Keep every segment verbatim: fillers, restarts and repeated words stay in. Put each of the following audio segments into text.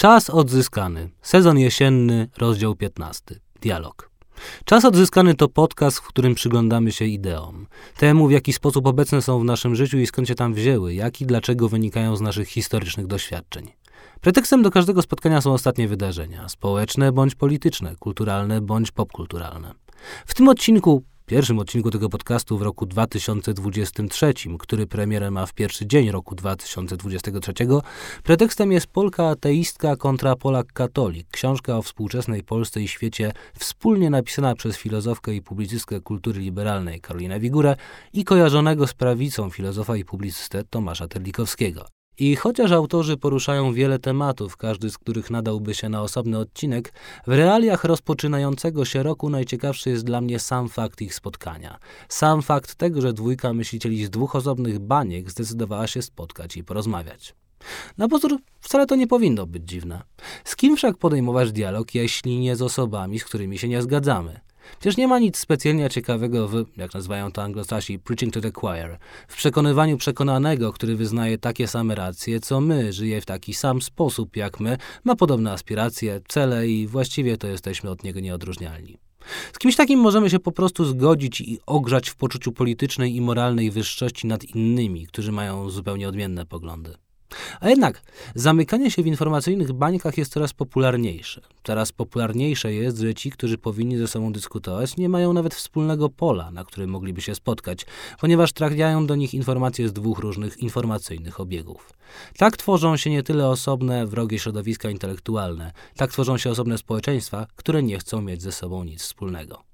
Czas odzyskany. Sezon jesienny, rozdział piętnasty. Dialog. Czas odzyskany to podcast, w którym przyglądamy się ideom. Temu, w jaki sposób obecne są w naszym życiu i skąd się tam wzięły, jak i dlaczego wynikają z naszych historycznych doświadczeń. Pretekstem do każdego spotkania są ostatnie wydarzenia, społeczne bądź polityczne, kulturalne bądź popkulturalne. W tym odcinku, pierwszym odcinku tego podcastu w roku dwa tysiące dwudziestym trzecim, który premierę ma w pierwszy dzień roku dwa tysiące dwudziestego trzeciego, pretekstem jest Polka ateistka kontra Polak katolik, książka o współczesnej Polsce i świecie wspólnie napisana przez filozofkę i publicystkę kultury liberalnej Karolinę Wigurę i kojarzonego z prawicą filozofa i publicystę Tomasza Terlikowskiego. I chociaż autorzy poruszają wiele tematów, każdy z których nadałby się na osobny odcinek, w realiach rozpoczynającego się roku najciekawszy jest dla mnie sam fakt ich spotkania. Sam fakt tego, że dwójka myślicieli z dwóch osobnych baniek zdecydowała się spotkać i porozmawiać. Na pozór wcale to nie powinno być dziwne. Z kim wszak podejmować dialog, jeśli nie z osobami, z którymi się nie zgadzamy? Przecież nie ma nic specjalnie ciekawego w, jak nazywają to anglosasi, preaching to the choir, w przekonywaniu przekonanego, który wyznaje takie same racje, co my, żyje w taki sam sposób jak my, ma podobne aspiracje, cele i właściwie to jesteśmy od niego nieodróżnialni. Z kimś takim możemy się po prostu zgodzić i ogrzać w poczuciu politycznej i moralnej wyższości nad innymi, którzy mają zupełnie odmienne poglądy. A jednak zamykanie się w informacyjnych bańkach jest coraz popularniejsze. Coraz popularniejsze jest, że ci, którzy powinni ze sobą dyskutować, nie mają nawet wspólnego pola, na którym mogliby się spotkać, ponieważ trafiają do nich informacje z dwóch różnych informacyjnych obiegów. Tak tworzą się nie tyle osobne, wrogie środowiska intelektualne, tak tworzą się osobne społeczeństwa, które nie chcą mieć ze sobą nic wspólnego.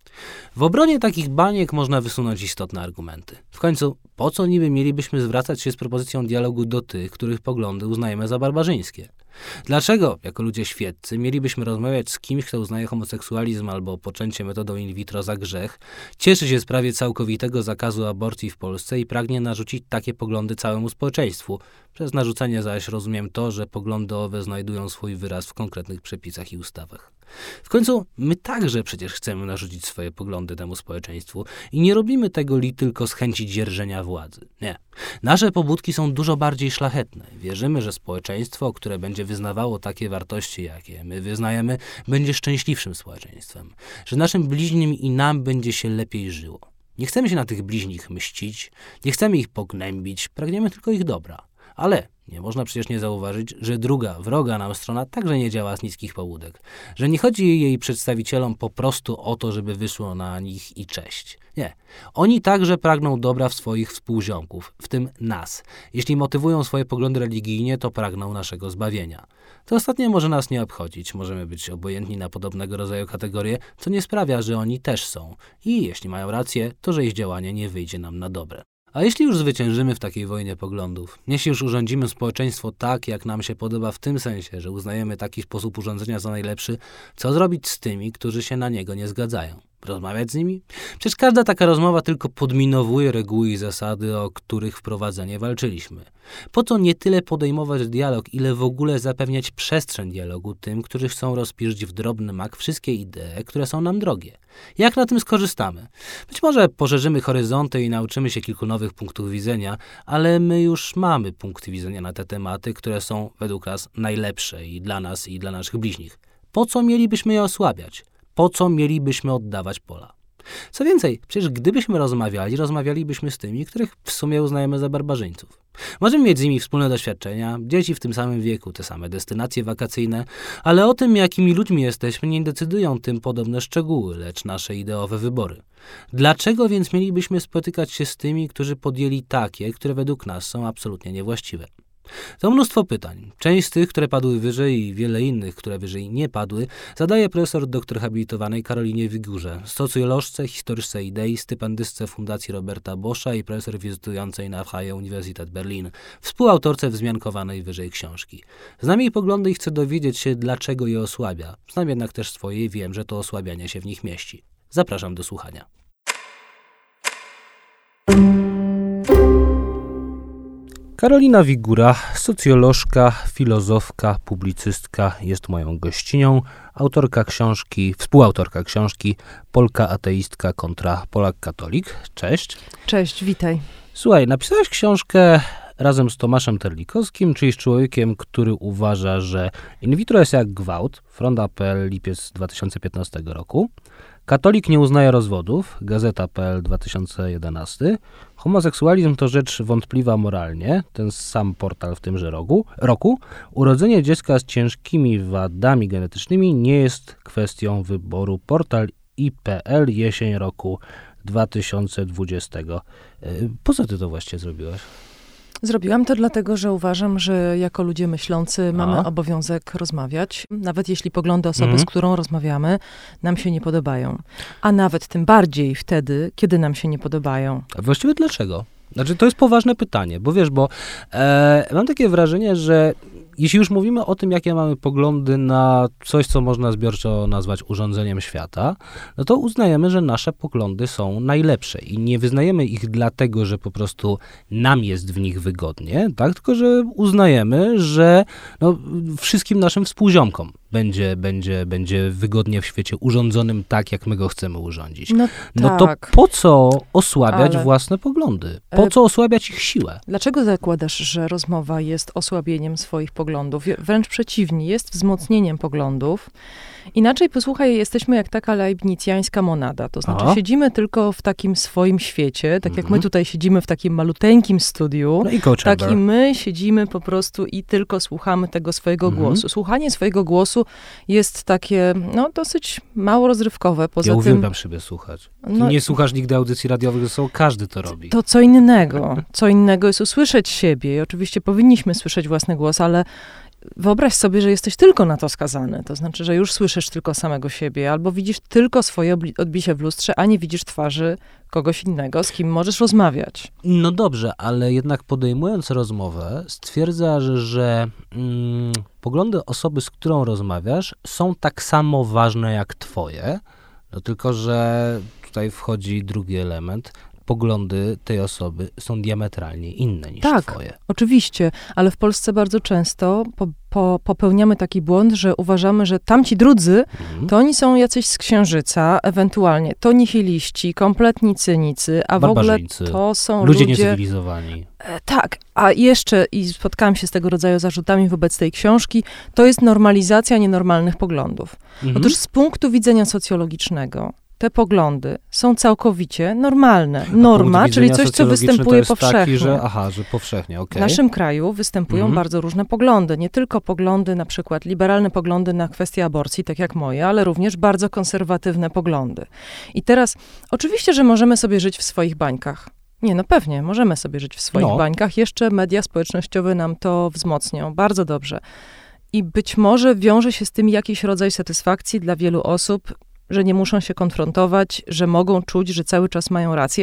W obronie takich baniek można wysunąć istotne argumenty. W końcu, po co niby mielibyśmy zwracać się z propozycją dialogu do tych, których poglądy uznajemy za barbarzyńskie? Dlaczego, jako ludzie świeccy, mielibyśmy rozmawiać z kimś, kto uznaje homoseksualizm albo poczęcie metodą in vitro za grzech, cieszy się z prawie całkowitego zakazu aborcji w Polsce i pragnie narzucić takie poglądy całemu społeczeństwu? Przez narzucenie zaś rozumiem to, że poglądy owe znajdują swój wyraz w konkretnych przepisach i ustawach. W końcu my także przecież chcemy narzucić swoje poglądy temu społeczeństwu i nie robimy tego li tylko z chęci dzierżenia władzy. Nie. Nasze pobudki są dużo bardziej szlachetne. Wierzymy, że społeczeństwo, które będzie wyznawało takie wartości, jakie my wyznajemy, będzie szczęśliwszym społeczeństwem. Że naszym bliźnim i nam będzie się lepiej żyło. Nie chcemy się na tych bliźnich mścić, nie chcemy ich pognębić, pragniemy tylko ich dobra. Ale nie można przecież nie zauważyć, że druga, wroga nam strona także nie działa z niskich pobudek. Że nie chodzi jej przedstawicielom po prostu o to, żeby wyszło na nich i cześć. Nie. Oni także pragną dobra w swoich współziomków, w tym nas. Jeśli motywują swoje poglądy religijnie, to pragną naszego zbawienia. To ostatnie może nas nie obchodzić, możemy być obojętni na podobnego rodzaju kategorie, co nie sprawia, że oni też są. I jeśli mają rację, to że ich działanie nie wyjdzie nam na dobre. A jeśli już zwyciężymy w takiej wojnie poglądów, jeśli już urządzimy społeczeństwo tak, jak nam się podoba w tym sensie, że uznajemy taki sposób urządzenia za najlepszy, co zrobić z tymi, którzy się na niego nie zgadzają? Rozmawiać z nimi? Przecież każda taka rozmowa tylko podminowuje reguły i zasady, o których wprowadzenie walczyliśmy. Po co nie tyle podejmować dialog, ile w ogóle zapewniać przestrzeń dialogu tym, którzy chcą rozpierzyć w drobny mak wszystkie idee, które są nam drogie? Jak na tym skorzystamy? Być może poszerzymy horyzonty i nauczymy się kilku nowych punktów widzenia, ale my już mamy punkty widzenia na te tematy, które są według nas najlepsze i dla nas, i dla naszych bliźnich. Po co mielibyśmy je osłabiać? Po co mielibyśmy oddawać pola? Co więcej, przecież gdybyśmy rozmawiali, rozmawialibyśmy z tymi, których w sumie uznajemy za barbarzyńców. Możemy mieć z nimi wspólne doświadczenia, dzieci w tym samym wieku, te same destynacje wakacyjne, ale o tym, jakimi ludźmi jesteśmy, nie decydują tym podobne szczegóły, lecz nasze ideowe wybory. Dlaczego więc mielibyśmy spotykać się z tymi, którzy podjęli takie, które według nas są absolutnie niewłaściwe? To mnóstwo pytań. Część z tych, które padły wyżej i wiele innych, które wyżej nie padły, zadaje profesor doktor habilitowanej Karolinie Wigurze, socjolożce, historyczce idei, stypendystce Fundacji Roberta Boscha i profesor wizytującej na Freie Universität Berlin, współautorce wzmiankowanej wyżej książki. Znam jej poglądy i chcę dowiedzieć się, dlaczego je osłabia. Znam jednak też swoje i wiem, że to osłabianie się w nich mieści. Zapraszam do słuchania. Karolina Wigura, socjolożka, filozofka, publicystka, jest moją gościnią, autorka książki, współautorka książki Polka ateistka kontra Polak katolik. Cześć. Cześć, witaj. Słuchaj, napisałaś książkę razem z Tomaszem Terlikowskim, czyli z człowiekiem, który uważa, że in vitro jest jak gwałt, fronda kropka p l, lipiec dwa tysiące piętnastego roku, katolik nie uznaje rozwodów, gazeta kropka p l, dwa tysiące jedenasty, homoseksualizm to rzecz wątpliwa moralnie, ten sam portal w tymże roku, roku, urodzenie dziecka z ciężkimi wadami genetycznymi nie jest kwestią wyboru, portal i kropka p l, jesień roku dwa tysiące dwudziestego. Po co ty to właściwie zrobiłaś? Zrobiłam to dlatego, że uważam, że jako ludzie myślący mamy A? obowiązek rozmawiać, nawet jeśli poglądy osoby, Mhm. z którą rozmawiamy, nam się nie podobają. A nawet tym bardziej wtedy, kiedy nam się nie podobają. A właściwie dlaczego? Znaczy, to jest poważne pytanie, bo wiesz, bo e, mam takie wrażenie, że jeśli już mówimy o tym, jakie mamy poglądy na coś, co można zbiorczo nazwać urządzeniem świata, no to uznajemy, że nasze poglądy są najlepsze i nie wyznajemy ich dlatego, że po prostu nam jest w nich wygodnie, tak? Tylko że uznajemy, że no, wszystkim naszym współziomkom będzie, będzie, będzie wygodnie w świecie urządzonym tak, jak my go chcemy urządzić. No, No tak. to po co osłabiać Ale- własne poglądy? Po co osłabiać ich siłę? Dlaczego zakładasz, że rozmowa jest osłabieniem swoich poglądów? Wręcz przeciwnie, jest wzmocnieniem poglądów. Inaczej, posłuchaj, jesteśmy jak taka leibnicjańska monada. To znaczy Aha. siedzimy tylko w takim swoim świecie, tak jak Mhm. my tutaj siedzimy w takim maluteńkim studiu. No i coach Tak chamber. i my siedzimy po prostu i tylko słuchamy tego swojego Mhm. głosu. Słuchanie swojego głosu jest takie, no, dosyć mało rozrywkowe. Poza Ja tym, uwielbiam siebie słuchać. Ty no, nie słuchasz nigdy audycji radiowych, ze sobą każdy to robi. to co innego. Co innego jest usłyszeć siebie. I oczywiście powinniśmy słyszeć własny głos, ale wyobraź sobie, że jesteś tylko na to skazany. To znaczy, że już słyszysz tylko samego siebie, albo widzisz tylko swoje obli- odbicie w lustrze, a nie widzisz twarzy kogoś innego, z kim możesz rozmawiać. No dobrze, ale jednak podejmując rozmowę, stwierdzasz, że mm, poglądy osoby, z którą rozmawiasz, są tak samo ważne jak twoje, no tylko, że tutaj wchodzi drugi element. Poglądy tej osoby są diametralnie inne niż Tak. twoje. Oczywiście, ale w Polsce bardzo często po, po, popełniamy taki błąd, że uważamy, że tamci drudzy, Mhm. to oni są jacyś z księżyca, ewentualnie to nihiliści, kompletni cynicy, a w ogóle Barbarzyńcy, to są ludzie ludzie... niecywilizowani. E, Tak, a jeszcze, i spotkałam się z tego rodzaju zarzutami wobec tej książki, to jest normalizacja nienormalnych poglądów. Mhm. Otóż z punktu widzenia socjologicznego te poglądy są całkowicie normalne. A Norma, punkt czyli widzenia coś, co socjologiczny występuje to jest powszechnie. Taki, że, aha, że powszechnie, okej. W naszym kraju występują Mhm. bardzo różne poglądy. Nie tylko poglądy, na przykład liberalne poglądy na kwestię aborcji, tak jak moje, ale również bardzo konserwatywne poglądy. I teraz, oczywiście, że możemy sobie żyć w swoich bańkach. Nie, no pewnie, możemy sobie żyć w swoich No. bańkach. Jeszcze media społecznościowe nam to wzmocnią. Bardzo dobrze. I być może wiąże się z tym jakiś rodzaj satysfakcji dla wielu osób, że nie muszą się konfrontować, że mogą czuć, że cały czas mają rację.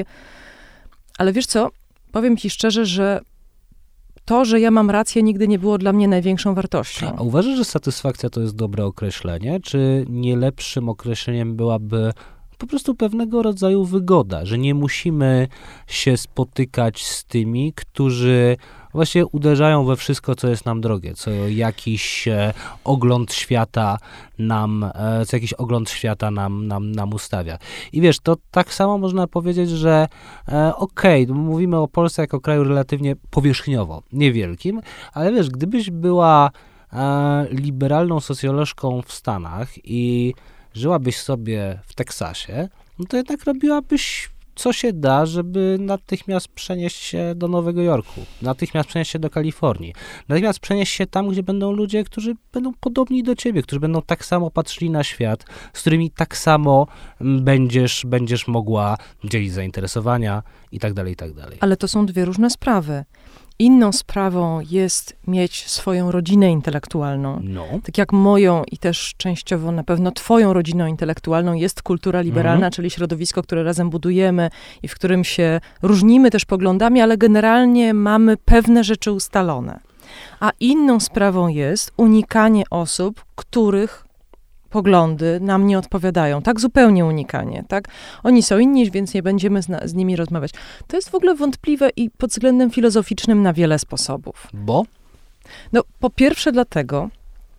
Ale wiesz co? Powiem ci szczerze, że to, że ja mam rację, nigdy nie było dla mnie największą wartością. A uważasz, że satysfakcja to jest dobre określenie? Czy nie lepszym określeniem byłaby po prostu pewnego rodzaju wygoda, że nie musimy się spotykać z tymi, którzy właśnie uderzają we wszystko, co jest nam drogie, co jakiś e, ogląd świata nam, e, co jakiś ogląd świata nam, nam, nam ustawia. I wiesz, to tak samo można powiedzieć, że e, okej, okay, mówimy o Polsce jako kraju relatywnie powierzchniowo, niewielkim, ale wiesz, gdybyś była e, liberalną socjolożką w Stanach i żyłabyś sobie w Teksasie, no to jednak robiłabyś co się da, żeby natychmiast przenieść się do Nowego Jorku, natychmiast przenieść się do Kalifornii, natychmiast przenieść się tam, gdzie będą ludzie, którzy będą podobni do ciebie, którzy będą tak samo patrzyli na świat, z którymi tak samo będziesz, będziesz mogła dzielić zainteresowania i tak dalej, i tak dalej. Ale to są dwie różne sprawy. Inną sprawą jest mieć swoją rodzinę intelektualną. No. Tak jak moją i też częściowo na pewno twoją rodziną intelektualną jest kultura liberalna, Mhm. czyli środowisko, które razem budujemy i w którym się różnimy też poglądami, ale generalnie mamy pewne rzeczy ustalone. A inną sprawą jest unikanie osób, których poglądy nam nie odpowiadają. Tak zupełnie unikanie, tak? Oni są inni, więc nie będziemy z, na, z nimi rozmawiać. To jest w ogóle wątpliwe i pod względem filozoficznym na wiele sposobów. Bo? No, po pierwsze dlatego,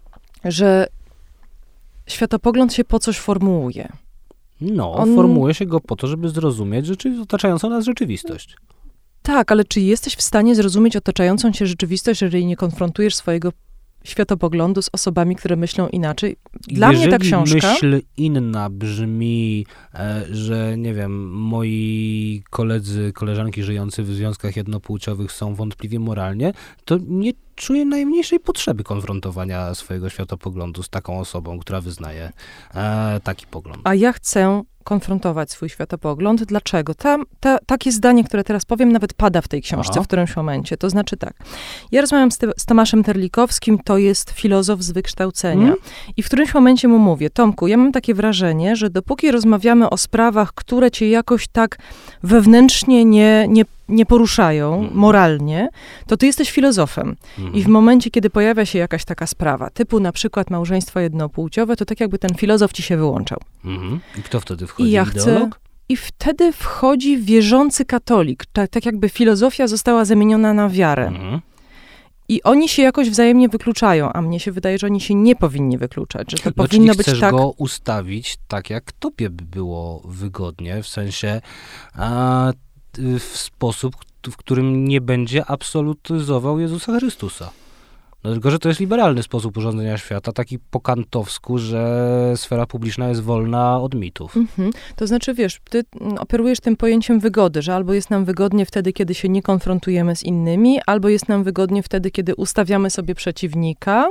że światopogląd się po coś formułuje. No, On- formułuje się go po to, żeby zrozumieć rzeczy, otaczającą nas rzeczywistość. Tak, ale czy jesteś w stanie zrozumieć otaczającą cię rzeczywistość, jeżeli nie konfrontujesz swojego światopoglądu z osobami, które myślą inaczej? Dla Jeżeli mnie ta książka... myśl inna brzmi, e, że nie wiem, moi koledzy, koleżanki żyjący w związkach jednopłciowych są wątpliwie moralnie, to nie czuję najmniejszej potrzeby konfrontowania swojego światopoglądu z taką osobą, która wyznaje e, taki pogląd. A ja chcę konfrontować swój światopogląd. Dlaczego? Tam, ta, takie zdanie, które teraz powiem, nawet pada w tej książce Aha. w którymś momencie. To znaczy tak. Ja rozmawiam z, z Tomaszem Terlikowskim, to jest filozof z wykształcenia. Hmm? I w którymś momencie mu mówię, Tomku, ja mam takie wrażenie, że dopóki rozmawiamy o sprawach, które cię jakoś tak wewnętrznie nie, nie nie poruszają mm. moralnie, to ty jesteś filozofem. Mm. I w momencie, kiedy pojawia się jakaś taka sprawa, typu na przykład małżeństwo jednopłciowe, to tak jakby ten filozof ci się wyłączał. Mm. I kto wtedy wchodzi? I ja Ideolog? Chcę, I wtedy wchodzi wierzący katolik. Tak, tak jakby filozofia została zamieniona na wiarę. Mm. I oni się jakoś wzajemnie wykluczają, a mnie się wydaje, że oni się nie powinni wykluczać, że to no, powinno czyli być chcesz tak... go ustawić tak, jak tobie by było wygodnie, w sensie a, w sposób, w którym nie będzie absolutyzował Jezusa Chrystusa. No, tylko, że to jest liberalny sposób urządzenia świata, taki po kantowsku, że sfera publiczna jest wolna od mitów. Mhm. To znaczy, wiesz, ty operujesz tym pojęciem wygody, że albo jest nam wygodnie wtedy, kiedy się nie konfrontujemy z innymi, albo jest nam wygodnie wtedy, kiedy ustawiamy sobie przeciwnika,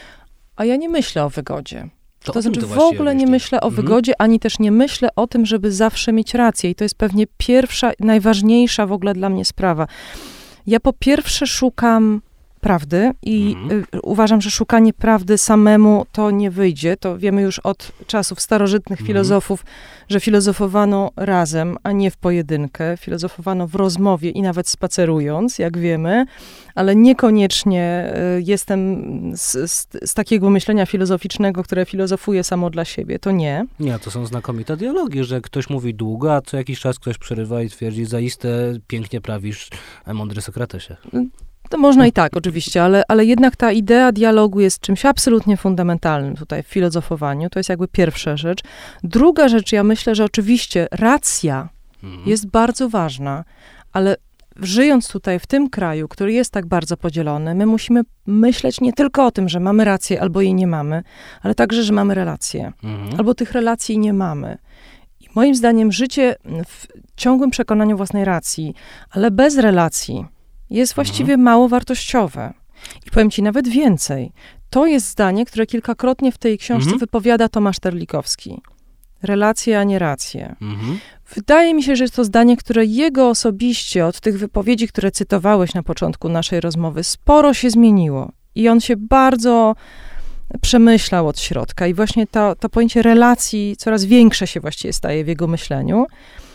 a ja nie myślę o wygodzie. To, to znaczy w ogóle nie myślę o mhm. wygodzie, ani też nie myślę o tym, żeby zawsze mieć rację. I to jest pewnie pierwsza, najważniejsza w ogóle dla mnie sprawa. Ja po pierwsze szukam prawdy i mhm. y, uważam, że szukanie prawdy samemu to nie wyjdzie. To wiemy już od czasów starożytnych mhm. filozofów, że filozofowano razem, a nie w pojedynkę. Filozofowano w rozmowie i nawet spacerując, jak wiemy, ale niekoniecznie y, jestem z, z, z takiego myślenia filozoficznego, które filozofuje samo dla siebie. To nie. Nie, to są znakomite dialogi, że ktoś mówi długo, a co jakiś czas ktoś przerywa i twierdzi, zaiste pięknie prawisz, mądry Sokratesie. To można i tak, oczywiście, ale, ale jednak ta idea dialogu jest czymś absolutnie fundamentalnym tutaj w filozofowaniu. To jest jakby pierwsza rzecz. Druga rzecz, ja myślę, że oczywiście racja mhm. jest bardzo ważna, ale żyjąc tutaj w tym kraju, który jest tak bardzo podzielony, my musimy myśleć nie tylko o tym, że mamy rację albo jej nie mamy, ale także, że mamy relacje. Mhm. Albo tych relacji nie mamy. I moim zdaniem życie w ciągłym przekonaniu własnej racji, ale bez relacji, jest właściwie mhm. mało wartościowe. I powiem ci nawet więcej. To jest zdanie, które kilkakrotnie w tej książce mhm. wypowiada Tomasz Terlikowski. Relacje, a nie racje. Mhm. Wydaje mi się, że jest to zdanie, które jego osobiście od tych wypowiedzi, które cytowałeś na początku naszej rozmowy, sporo się zmieniło. I on się bardzo przemyślał od środka. I właśnie to, to pojęcie relacji coraz większe się właściwie staje w jego myśleniu.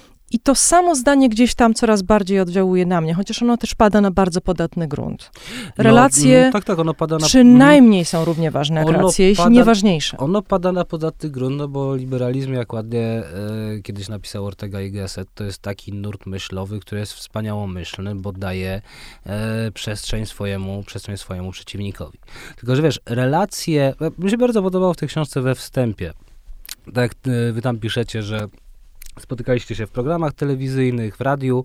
I to samo zdanie gdzieś tam coraz bardziej oddziałuje na mnie, chociaż ono też pada na bardzo podatny grunt. Relacje no, no, tak, tak, ono pada na, przynajmniej są równie ważne jak racje, jeśli nie ważniejsze. Ono pada na podatny grunt, no bo liberalizm, jak ładnie e, kiedyś napisał Ortega y Gasset, to jest taki nurt myślowy, który jest wspaniałomyślny, bo daje e, przestrzeń swojemu, przestrzeń swojemu przeciwnikowi. Tylko, że wiesz, relacje, mi się bardzo podobało w tej książce we wstępie. Tak jak e, wy tam piszecie, że spotykaliście się w programach telewizyjnych, w radiu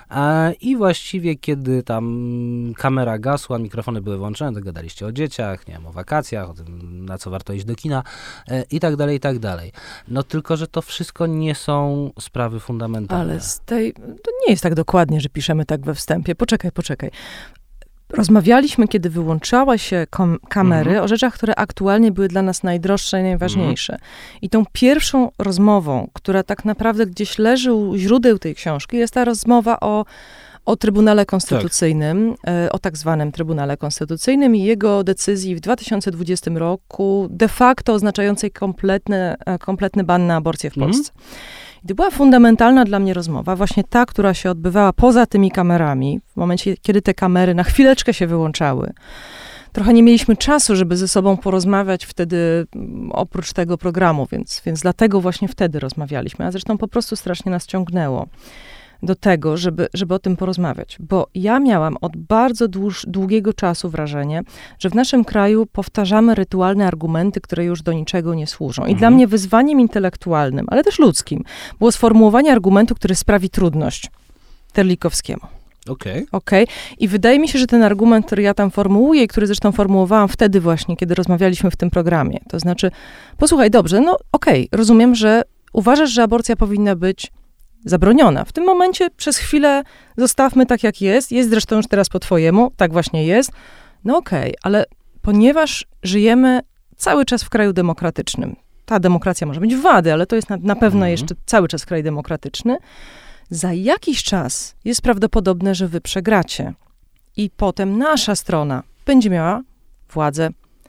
e, i właściwie kiedy tam kamera gasła, mikrofony były włączone, to gadaliście o dzieciach, nie wiem, o wakacjach, o tym, na co warto iść do kina e, i tak dalej, i tak dalej. No tylko, że to wszystko nie są sprawy fundamentalne. Ale z tej, to nie jest tak dokładnie, że piszemy tak we wstępie. Poczekaj, poczekaj. Rozmawialiśmy, kiedy wyłączała się kom- kamery, mhm. o rzeczach, które aktualnie były dla nas najdroższe i najważniejsze. Mhm. I tą pierwszą rozmową, która tak naprawdę gdzieś leży u źródeł tej książki, jest ta rozmowa o, o Trybunale Konstytucyjnym, tak. o tak zwanym Trybunale Konstytucyjnym i jego decyzji w dwa tysiące dwudziestym roku, de facto oznaczającej kompletny, kompletny ban na aborcję w mhm. Polsce. I to była fundamentalna dla mnie rozmowa, właśnie ta, która się odbywała poza tymi kamerami, w momencie, kiedy te kamery na chwileczkę się wyłączały. Trochę nie mieliśmy czasu, żeby ze sobą porozmawiać wtedy oprócz tego programu, więc, więc dlatego właśnie wtedy rozmawialiśmy, a zresztą po prostu strasznie nas ciągnęło do tego, żeby, żeby o tym porozmawiać. Bo ja miałam od bardzo dłuż, długiego czasu wrażenie, że w naszym kraju powtarzamy rytualne argumenty, które już do niczego nie służą. I mhm. dla mnie wyzwaniem intelektualnym, ale też ludzkim, było sformułowanie argumentu, który sprawi trudność Terlikowskiemu. Okej. Okay. Okay? I wydaje mi się, że ten argument, który ja tam formułuję i który zresztą formułowałam wtedy właśnie, kiedy rozmawialiśmy w tym programie, to znaczy, posłuchaj, dobrze, no okej, okay, rozumiem, że uważasz, że aborcja powinna być zabroniona. W tym momencie przez chwilę zostawmy tak, jak jest. Jest zresztą już teraz po twojemu, tak właśnie jest. No okej, okay, ale ponieważ żyjemy cały czas w kraju demokratycznym, ta demokracja może mieć wady, ale to jest na, na pewno mhm. jeszcze cały czas kraj demokratyczny, za jakiś czas jest prawdopodobne, że wy przegracie. I potem nasza strona będzie miała władzę.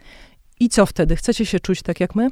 I co wtedy? Chcecie się czuć tak jak my?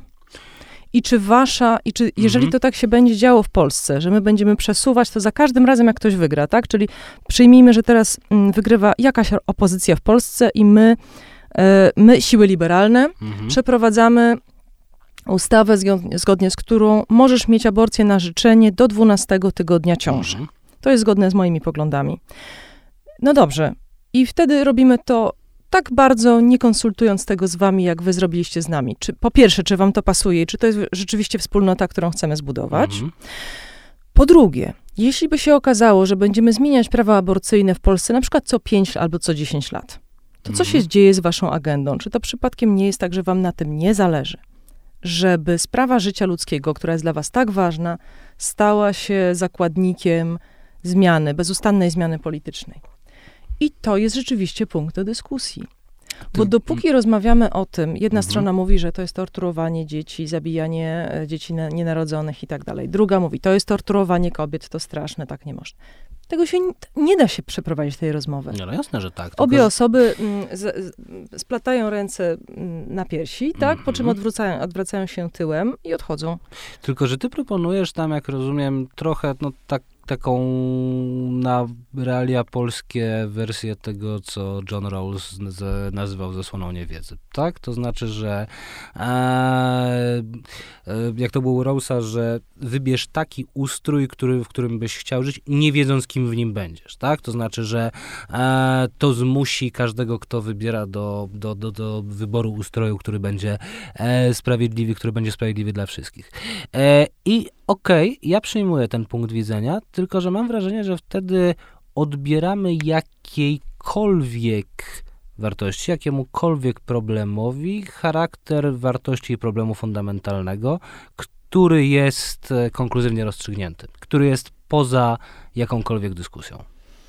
I czy wasza, i czy jeżeli mhm. to tak się będzie działo w Polsce, że my będziemy przesuwać to za każdym razem, jak ktoś wygra, tak? Czyli przyjmijmy, że teraz mm, wygrywa jakaś opozycja w Polsce i my, e, my siły liberalne, mhm. przeprowadzamy ustawę, zgodnie z którą możesz mieć aborcję na życzenie do dwunastego tygodnia ciąży. Mhm. To jest zgodne z moimi poglądami. No dobrze. I wtedy robimy to tak bardzo nie konsultując tego z wami, jak wy zrobiliście z nami. Czy, po pierwsze, czy wam to pasuje, czy to jest rzeczywiście wspólnota, którą chcemy zbudować. Mhm. Po drugie, jeśli by się okazało, że będziemy zmieniać prawa aborcyjne w Polsce na przykład co pięć albo co dziesięć lat, to co się dzieje z waszą agendą? Czy to przypadkiem nie jest tak, że wam na tym nie zależy? Żeby sprawa życia ludzkiego, która jest dla was tak ważna, stała się zakładnikiem zmiany, bezustannej zmiany politycznej. I to jest rzeczywiście punkt do dyskusji. Bo dopóki rozmawiamy o tym, jedna mhm. strona mówi, że to jest torturowanie dzieci, zabijanie dzieci nienarodzonych i tak dalej. Druga mówi, to jest torturowanie kobiet, to straszne, tak nie można. Tego się nie, nie da się przeprowadzić tej rozmowy. No, no jasne, że tak. Obie że... osoby mm, z, z, splatają ręce mm, na piersi, tak? Mm-hmm. Po czym odwracają, odwracają się tyłem i odchodzą. Tylko, że ty proponujesz tam, jak rozumiem, trochę no tak taką na realia polskie wersję tego, co John Rawls z, nazywał zasłoną niewiedzy, tak? To znaczy, że e, e, jak to było u Rawlsa, że wybierz taki ustrój, który, w którym byś chciał żyć, nie wiedząc, kim w nim będziesz, tak? To znaczy, że e, to zmusi każdego, kto wybiera do, do, do, do wyboru ustroju, który będzie e, sprawiedliwy, który będzie sprawiedliwy dla wszystkich. E, I okej, okay, ja przyjmuję ten punkt widzenia, tylko że mam wrażenie, że wtedy odbieramy jakiejkolwiek wartości, jakiemukolwiek problemowi charakter wartości i problemu fundamentalnego, który jest konkluzywnie rozstrzygnięty, który jest poza jakąkolwiek dyskusją.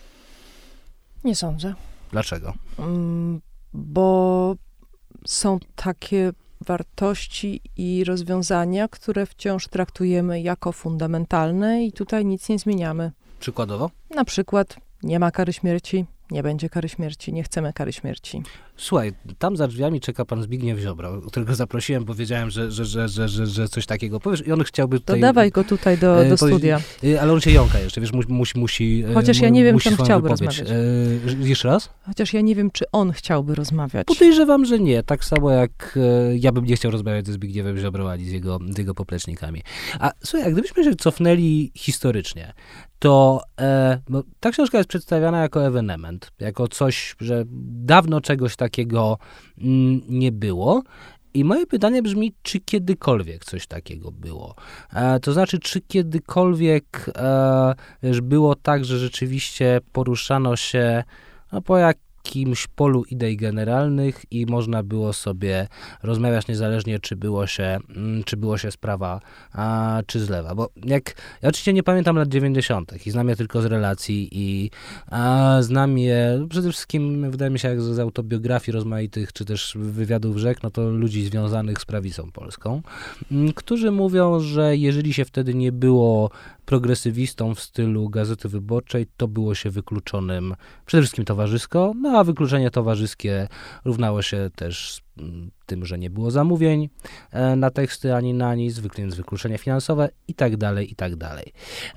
Nie sądzę. Dlaczego? Mm, bo są takie wartości i rozwiązania, które wciąż traktujemy jako fundamentalne i tutaj nic nie zmieniamy. Przykładowo? Na przykład nie ma kary śmierci, nie będzie kary śmierci, nie chcemy kary śmierci. Słuchaj, tam za drzwiami czeka pan Zbigniew Ziobro, którego zaprosiłem, bo wiedziałem, że, że, że, że, że, że coś takiego powiesz i on chciałby tutaj... To dawaj go tutaj do, do studia. Ale on się jąka jeszcze, wiesz, musi... musi Chociaż ja nie wiem, czy on chciałby wypowiedź. rozmawiać. E, jeszcze raz? Chociaż ja nie wiem, czy on chciałby rozmawiać. Podejrzewam, że nie. Tak samo jak e, ja bym nie chciał rozmawiać ze Zbigniewem Ziobro ani z jego, z jego poplecznikami. A słuchaj, a gdybyśmy się cofnęli historycznie, to e, bo ta książka jest przedstawiana jako ewenement, jako coś, że dawno czegoś takiego mm, nie było. I moje pytanie brzmi, czy kiedykolwiek coś takiego było? E, to znaczy, czy kiedykolwiek e, wiesz, było tak, że rzeczywiście poruszano się no, po jakimś polu idei generalnych i można było sobie rozmawiać niezależnie, czy było się, czy było się z prawa, a, czy z lewa. Bo jak, ja oczywiście nie pamiętam lat dziewięćdziesiątych i znam je tylko z relacji i a, znam je przede wszystkim, wydaje mi się, jak z autobiografii rozmaitych, czy też wywiadów rzek, no to ludzi związanych z prawicą polską, m, którzy mówią, że jeżeli się wtedy nie było progresywistą w stylu Gazety Wyborczej, to było się wykluczonym przede wszystkim towarzysko, no a wykluczenie towarzyskie równało się też z tym, że nie było zamówień na teksty ani na nic, więc wykluczenie finansowe i tak dalej, i tak dalej.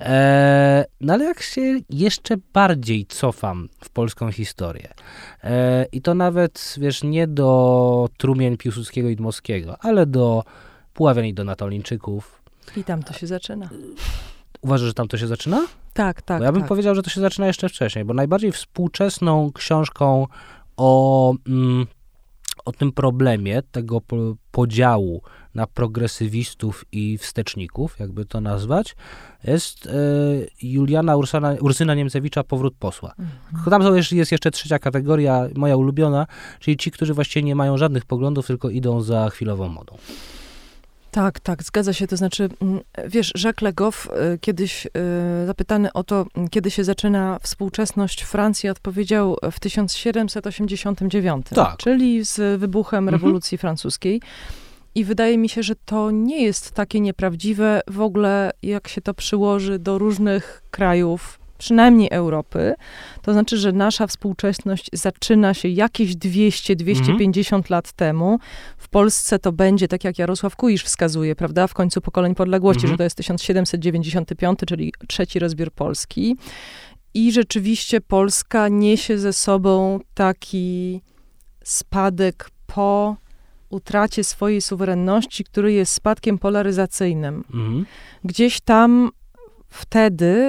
E, no ale jak się jeszcze bardziej cofam w polską historię e, i to nawet, wiesz, nie do Trumien, Piłsudskiego i Dmowskiego, ale do Puławian i do Natolińczyków. I tam to się zaczyna. Uważasz, że tam to się zaczyna? Tak, tak. Bo ja bym tak. powiedział, że to się zaczyna jeszcze wcześniej, bo najbardziej współczesną książką o, mm, o tym problemie tego po, podziału na progresywistów i wsteczników, jakby to nazwać, jest e, Juliana Ursyna, Ursyna Niemcewicza „Powrót posła”. Mhm. Tam są, jest jeszcze trzecia kategoria, moja ulubiona, czyli ci, którzy właściwie nie mają żadnych poglądów, tylko idą za chwilową modą. Tak, tak, zgadza się. To znaczy, wiesz, Jacques Le Goff kiedyś zapytany o to, kiedy się zaczyna współczesność Francji, odpowiedział w tysiąc siedemset osiemdziesiątym dziewiątym, tak. czyli z wybuchem rewolucji mhm. francuskiej. I wydaje mi się, że to nie jest takie nieprawdziwe w ogóle, jak się to przyłoży do różnych krajów, przynajmniej Europy. To znaczy, że nasza współczesność zaczyna się jakieś dwieście do dwustu pięćdziesięciu mhm. lat temu. W Polsce to będzie, tak jak Jarosław Kuisz wskazuje, prawda, w końcu pokoleń podległości, mhm. że to jest tysiąc siedemset dziewięćdziesiąty piąty, czyli trzeci rozbiór Polski. I rzeczywiście Polska niesie ze sobą taki spadek po utracie swojej suwerenności, który jest spadkiem polaryzacyjnym. Mhm. Gdzieś tam wtedy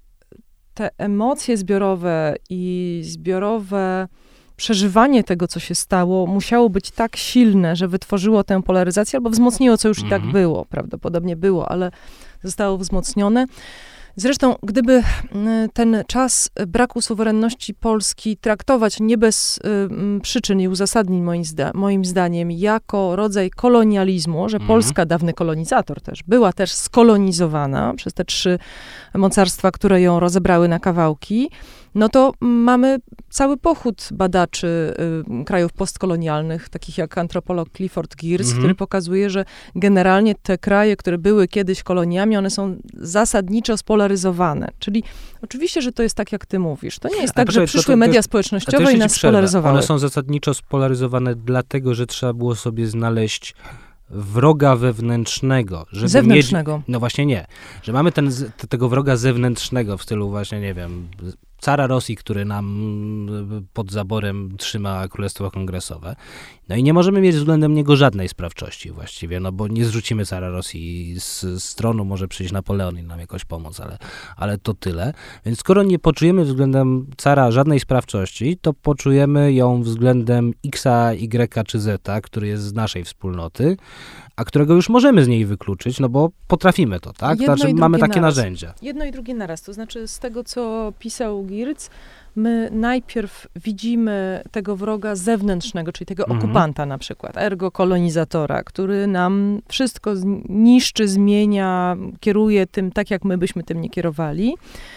te emocje zbiorowe i zbiorowe przeżywanie tego, co się stało, musiało być tak silne, że wytworzyło tę polaryzację, albo wzmocniło, co już mhm. i tak było, prawdopodobnie było, ale zostało wzmocnione. Zresztą, gdyby ten czas braku suwerenności Polski traktować nie bez y, przyczyn i uzasadnień, moim, zda, moim zdaniem, jako rodzaj kolonializmu, że mhm. Polska, dawny kolonizator też, była też skolonizowana przez te trzy mocarstwa, które ją rozebrały na kawałki, no to mamy cały pochód badaczy y, krajów postkolonialnych, takich jak antropolog Clifford Geertz, mhm. który pokazuje, że generalnie te kraje, które były kiedyś koloniami, one są zasadniczo spolaryzowane. Czyli oczywiście, że to jest tak, jak ty mówisz. To nie jest a tak, poczekaj, że przyszły to, to, media to, społecznościowe i nas spolaryzowały. One są zasadniczo spolaryzowane dlatego, że trzeba było sobie znaleźć wroga wewnętrznego. Żeby zewnętrznego. Mieć, no właśnie nie. Że mamy ten, tego wroga zewnętrznego w stylu właśnie, nie wiem, cara Rosji, który nam pod zaborem trzyma Królestwo Kongresowe. No i nie możemy mieć względem niego żadnej sprawczości właściwie, no bo nie zrzucimy cara Rosji z, z tronu, może przyjść Napoleon i nam jakoś pomóc, ale, ale to tyle. Więc skoro nie poczujemy względem cara żadnej sprawczości, to poczujemy ją względem X-a, Y czy Z-a, który jest z naszej wspólnoty, a którego już możemy z niej wykluczyć, no bo potrafimy to, tak? Jedno znaczy mamy takie naraz. narzędzia. Jedno i drugie naraz. To znaczy z tego, co pisał Geertz, my najpierw widzimy tego wroga zewnętrznego, czyli tego mhm. okupanta na przykład, ergo kolonizatora, który nam wszystko niszczy, zmienia, kieruje tym tak, jak my byśmy tym nie kierowali.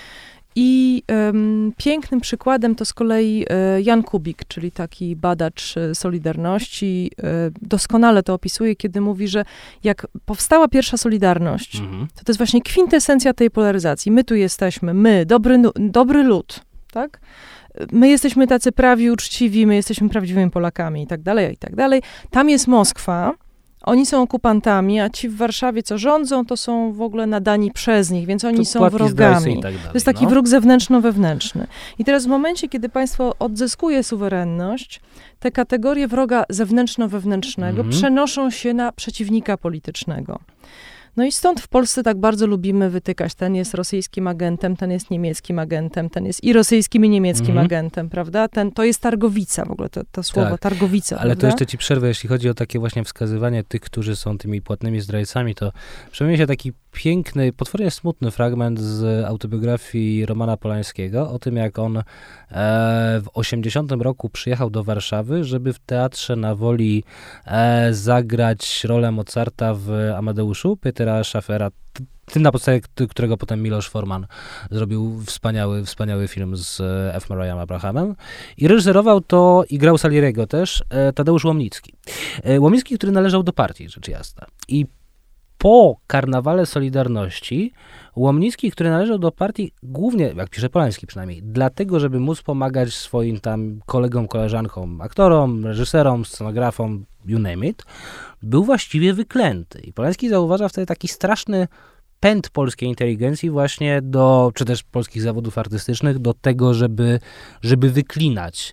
I um, pięknym przykładem to z kolei e, Jan Kubik, czyli taki badacz e, Solidarności, e, doskonale to opisuje, kiedy mówi, że jak powstała pierwsza Solidarność, mhm. to to jest właśnie kwintesencja tej polaryzacji. My tu jesteśmy, my, dobry, dobry lud, tak? My jesteśmy tacy prawi, uczciwi, my jesteśmy prawdziwymi Polakami i tak dalej, i tak dalej. Tam jest Moskwa, oni są okupantami, a ci w Warszawie, co rządzą, to są w ogóle nadani przez nich, więc oni to są wrogami. Tak dalej, to jest taki no. wróg zewnętrzno-wewnętrzny. I teraz w momencie, kiedy państwo odzyskuje suwerenność, te kategorie wroga zewnętrzno-wewnętrznego mm-hmm. przenoszą się na przeciwnika politycznego. No i stąd w Polsce tak bardzo lubimy wytykać, ten jest rosyjskim agentem, ten jest niemieckim agentem, ten jest i rosyjskim, i niemieckim mhm. agentem, prawda? Ten, to jest targowica w ogóle, to, to słowo, tak. targowica. Ale prawda? To jeszcze ci przerwę, jeśli chodzi o takie właśnie wskazywanie tych, którzy są tymi płatnymi zdrajcami, to przypomina się taki piękny, potwornie smutny fragment z autobiografii Romana Polańskiego o tym, jak on e, w osiemdziesiątym roku przyjechał do Warszawy, żeby w Teatrze na Woli e, zagrać rolę Mozarta w Amadeuszu, Petera Schaffera, tym na podstawie którego potem Miloš Forman zrobił wspaniały, wspaniały film z F. Murrayem Abrahamem. I reżyserował to i grał Salieriego też e, Tadeusz Łomnicki. E, Łomnicki, który należał do partii, rzecz jasna. I po karnawale Solidarności Łomnicki, który należał do partii głównie, jak pisze Polański przynajmniej, dlatego, żeby móc pomagać swoim tam kolegom, koleżankom, aktorom, reżyserom, scenografom, you name it, był właściwie wyklęty. I Polański zauważa wtedy taki straszny pęd polskiej inteligencji właśnie do, czy też polskich zawodów artystycznych, do tego, żeby, żeby wyklinać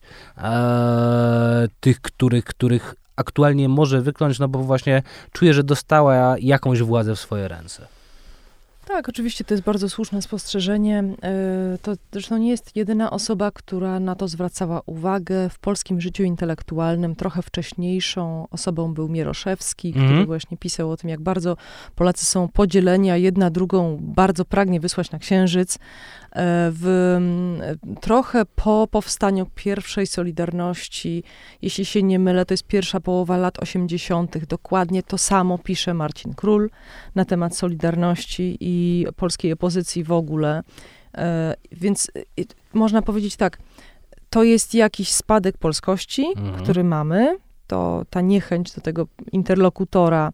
e, tych, których, których aktualnie może wykląć, no bo właśnie czuje, że dostała jakąś władzę w swoje ręce. Tak, oczywiście to jest bardzo słuszne spostrzeżenie. To zresztą nie jest jedyna osoba, która na to zwracała uwagę. W polskim życiu intelektualnym trochę wcześniejszą osobą był Mieroszewski, który mm. właśnie pisał o tym, jak bardzo Polacy są podzieleni, a jedna drugą bardzo pragnie wysłać na Księżyc. W, trochę po powstaniu pierwszej Solidarności, jeśli się nie mylę, to jest pierwsza połowa lat osiemdziesiątych. Dokładnie to samo pisze Marcin Król na temat Solidarności i polskiej opozycji w ogóle. Więc można powiedzieć tak, to jest jakiś spadek polskości, mhm. który mamy, to ta niechęć do tego interlokutora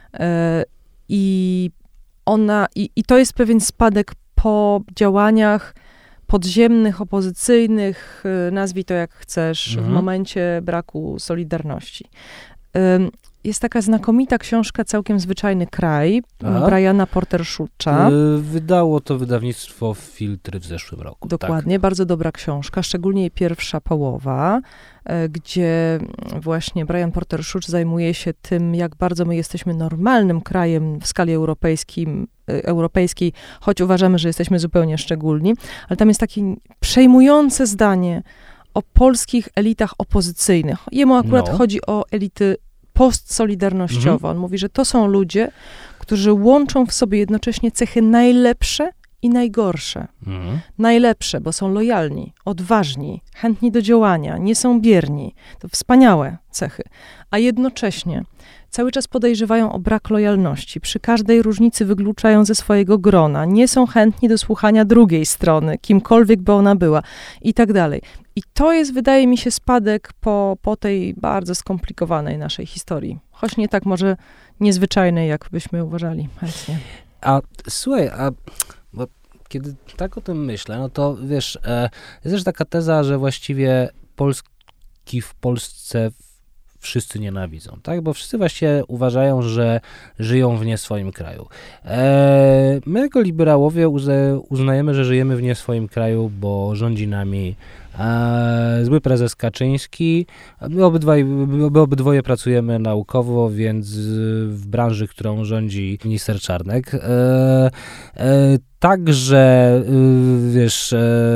i ona, i, i to jest pewien spadek po działaniach podziemnych, opozycyjnych, nazwij to jak chcesz, mhm. w momencie braku Solidarności. Jest taka znakomita książka Całkiem zwyczajny kraj, Aha. Briana Porter-Schutza. Wydało to wydawnictwo Filtry w zeszłym roku. Dokładnie, tak. Bardzo dobra książka, szczególnie jej pierwsza połowa, gdzie właśnie Brian Porter-Schutz zajmuje się tym, jak bardzo my jesteśmy normalnym krajem w skali europejskiej, europejskiej, choć uważamy, że jesteśmy zupełnie szczególni, ale tam jest takie przejmujące zdanie o polskich elitach opozycyjnych. Jemu akurat no. chodzi o elity postsolidarnościowe. Mhm. On mówi, że to są ludzie, którzy łączą w sobie jednocześnie cechy najlepsze i najgorsze. Mhm. Najlepsze, bo są lojalni, odważni, chętni do działania, nie są bierni. To wspaniałe cechy. A jednocześnie cały czas podejrzewają o brak lojalności. Przy każdej różnicy wykluczają ze swojego grona. Nie są chętni do słuchania drugiej strony, kimkolwiek by ona była i tak dalej. I to jest, wydaje mi się, spadek po, po tej bardzo skomplikowanej naszej historii. Choć nie tak może niezwyczajnej, jak byśmy uważali chętnie. A słuchaj, a bo kiedy tak o tym myślę, no to wiesz, e, jest też taka teza, że właściwie Polski w Polsce wszyscy nienawidzą, tak? Bo wszyscy właściwie uważają, że żyją w nie swoim kraju. E, my jako liberałowie uze, uznajemy, że żyjemy w nie swoim kraju, bo rządzi nami e, zły prezes Kaczyński. My obydwaj, my obydwoje pracujemy naukowo, więc w branży, którą rządzi minister Czarnek. E, e, Także, wiesz,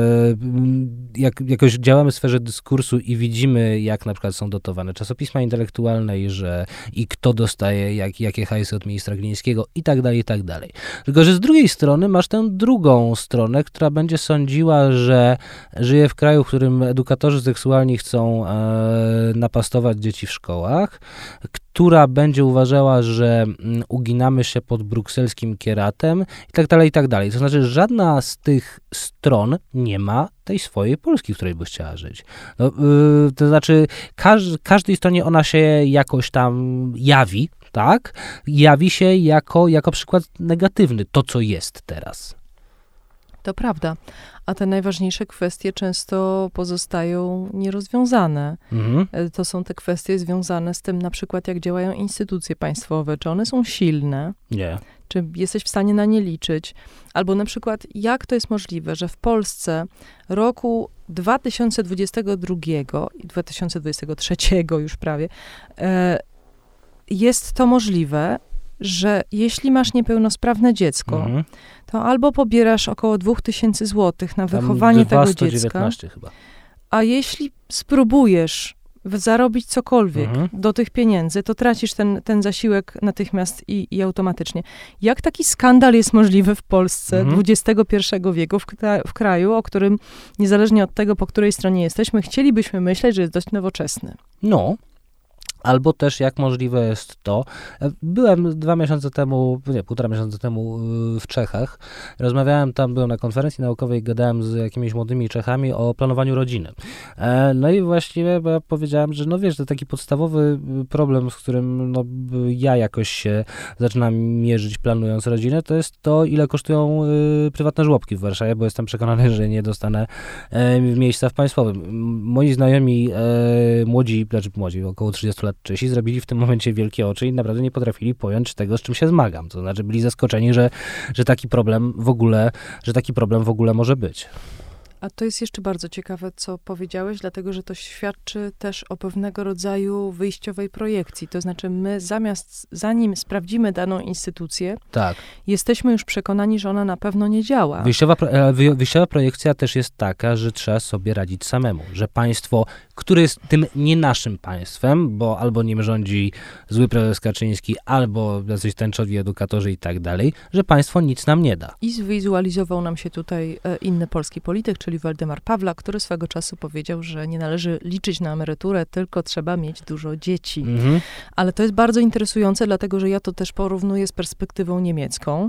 jak jakoś działamy w sferze dyskursu i widzimy, jak na przykład są dotowane czasopisma intelektualne i że i kto dostaje jak, jakie hajsy od ministra Glińskiego i tak dalej, i tak dalej. Tylko, że z drugiej strony masz tę drugą stronę, która będzie sądziła, że żyje w kraju, w którym edukatorzy seksualni chcą e, napastować dzieci w szkołach, która będzie uważała, że uginamy się pod brukselskim kieratem i tak dalej, i tak dalej. To znaczy, żadna z tych stron nie ma tej swojej Polski, w której by chciała żyć. No, yy, to znaczy, każ, każdej stronie ona się jakoś tam jawi, tak? Jawi się jako, jako przykład negatywny, to co jest teraz. To prawda. A te najważniejsze kwestie często pozostają nierozwiązane. Mhm. To są te kwestie związane z tym, na przykład jak działają instytucje państwowe, czy one są silne, nie. czy jesteś w stanie na nie liczyć, albo na przykład jak to jest możliwe, że w Polsce roku dwa tysiące dwudziestego drugiego i dwa tysiące dwudziestego trzeciego już prawie e, jest to możliwe, że jeśli masz niepełnosprawne dziecko, mhm. to albo pobierasz około dwa tysiące złotych na wychowanie tego dziecka, chyba. A jeśli spróbujesz zarobić cokolwiek mhm. do tych pieniędzy, to tracisz ten, ten zasiłek natychmiast i, i automatycznie. Jak taki skandal jest możliwy w Polsce mhm. dwudziestego pierwszego wieku, w, w kraju, o którym niezależnie od tego, po której stronie jesteśmy, chcielibyśmy myśleć, że jest dość nowoczesny? No. Albo też jak możliwe jest to, byłem dwa miesiące temu, nie, półtora miesiąca temu w Czechach, rozmawiałem tam, byłem na konferencji naukowej, gadałem z jakimiś młodymi Czechami o planowaniu rodziny. No i właściwie ja powiedziałem, że no wiesz, to taki podstawowy problem, z którym no, ja jakoś się zaczynam mierzyć planując rodzinę, to jest to, ile kosztują y, prywatne żłobki w Warszawie, bo jestem przekonany, że nie dostanę y, miejsca w państwowym. Moi znajomi, y, młodzi, znaczy młodzi, około trzydziestu lat Czesi, zrobili w tym momencie wielkie oczy i naprawdę nie potrafili pojąć tego, z czym się zmagam. To znaczy byli zaskoczeni, że, że taki problem w ogóle, że taki problem w ogóle może być. A to jest jeszcze bardzo ciekawe, co powiedziałeś, dlatego że to świadczy też o pewnego rodzaju wyjściowej projekcji. To znaczy my zamiast, zanim sprawdzimy daną instytucję, tak. jesteśmy już przekonani, że ona na pewno nie działa. Wyjściowa, wyjściowa projekcja też jest taka, że trzeba sobie radzić samemu, że państwo, które jest tym nie naszym państwem, bo albo nim rządzi zły prezes Kaczyński, albo jacyś tęczowi edukatorzy i tak dalej, że państwo nic nam nie da. I zwizualizował nam się tutaj e, inny polski polityk, czyli Waldemar Pawlak, który swego czasu powiedział, że nie należy liczyć na emeryturę, tylko trzeba mieć dużo dzieci. Mhm. Ale to jest bardzo interesujące, dlatego że ja to też porównuję z perspektywą niemiecką.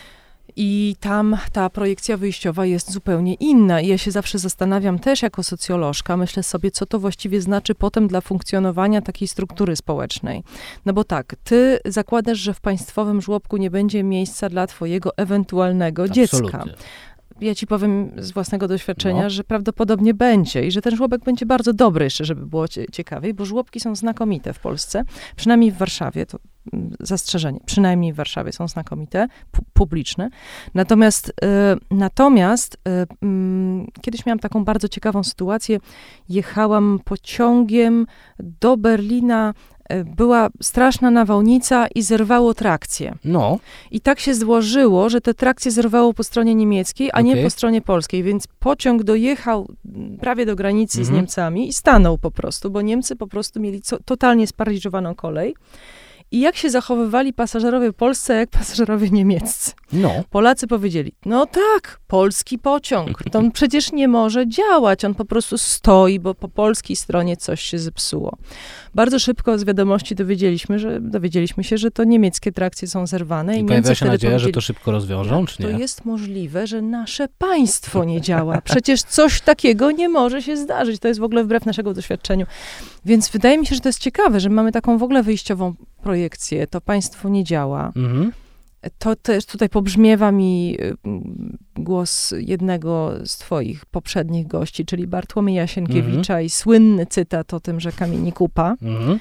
I tam ta projekcja wyjściowa jest zupełnie inna. I ja się zawsze zastanawiam też jako socjolożka, myślę sobie, co to właściwie znaczy potem dla funkcjonowania takiej struktury społecznej. No bo tak, ty zakładasz, że w państwowym żłobku nie będzie miejsca dla twojego ewentualnego Absolutnie. dziecka. Ja ci powiem z własnego doświadczenia, no. że prawdopodobnie będzie i że ten żłobek będzie bardzo dobry jeszcze, żeby było ciekawiej, bo żłobki są znakomite w Polsce, przynajmniej w Warszawie, to zastrzeżenie, przynajmniej w Warszawie są znakomite, pu- publiczne. Natomiast, y, natomiast y, y, kiedyś miałam taką bardzo ciekawą sytuację, jechałam pociągiem do Berlina, była straszna nawałnica i zerwało trakcję. No. I tak się złożyło, że te trakcje zerwało po stronie niemieckiej, a okay. nie po stronie polskiej, więc pociąg dojechał prawie do granicy mhm. z Niemcami i stanął po prostu, bo Niemcy po prostu mieli co, totalnie sparaliżowaną kolej. I jak się zachowywali pasażerowie polscy, jak pasażerowie niemieccy. No. Polacy powiedzieli, no tak, polski pociąg, to on przecież nie może działać, on po prostu stoi, bo po polskiej stronie coś się zepsuło. Bardzo szybko z wiadomości dowiedzieliśmy, że, dowiedzieliśmy się, że to niemieckie trakcje są zerwane. I, I pojawia się nadzieja, że to szybko rozwiążą, czy nie? To jest możliwe, że nasze państwo nie działa. Przecież coś takiego nie może się zdarzyć. To jest w ogóle wbrew naszego doświadczeniu. Więc wydaje mi się, że to jest ciekawe, że mamy taką w ogóle wyjściową projekcję. To państwo nie działa. Mhm. To też tutaj pobrzmiewa mi głos jednego z twoich poprzednich gości, czyli Bartłomieja Sienkiewicza mhm. i słynny cytat o tym, że kamieni kupa. Mhm.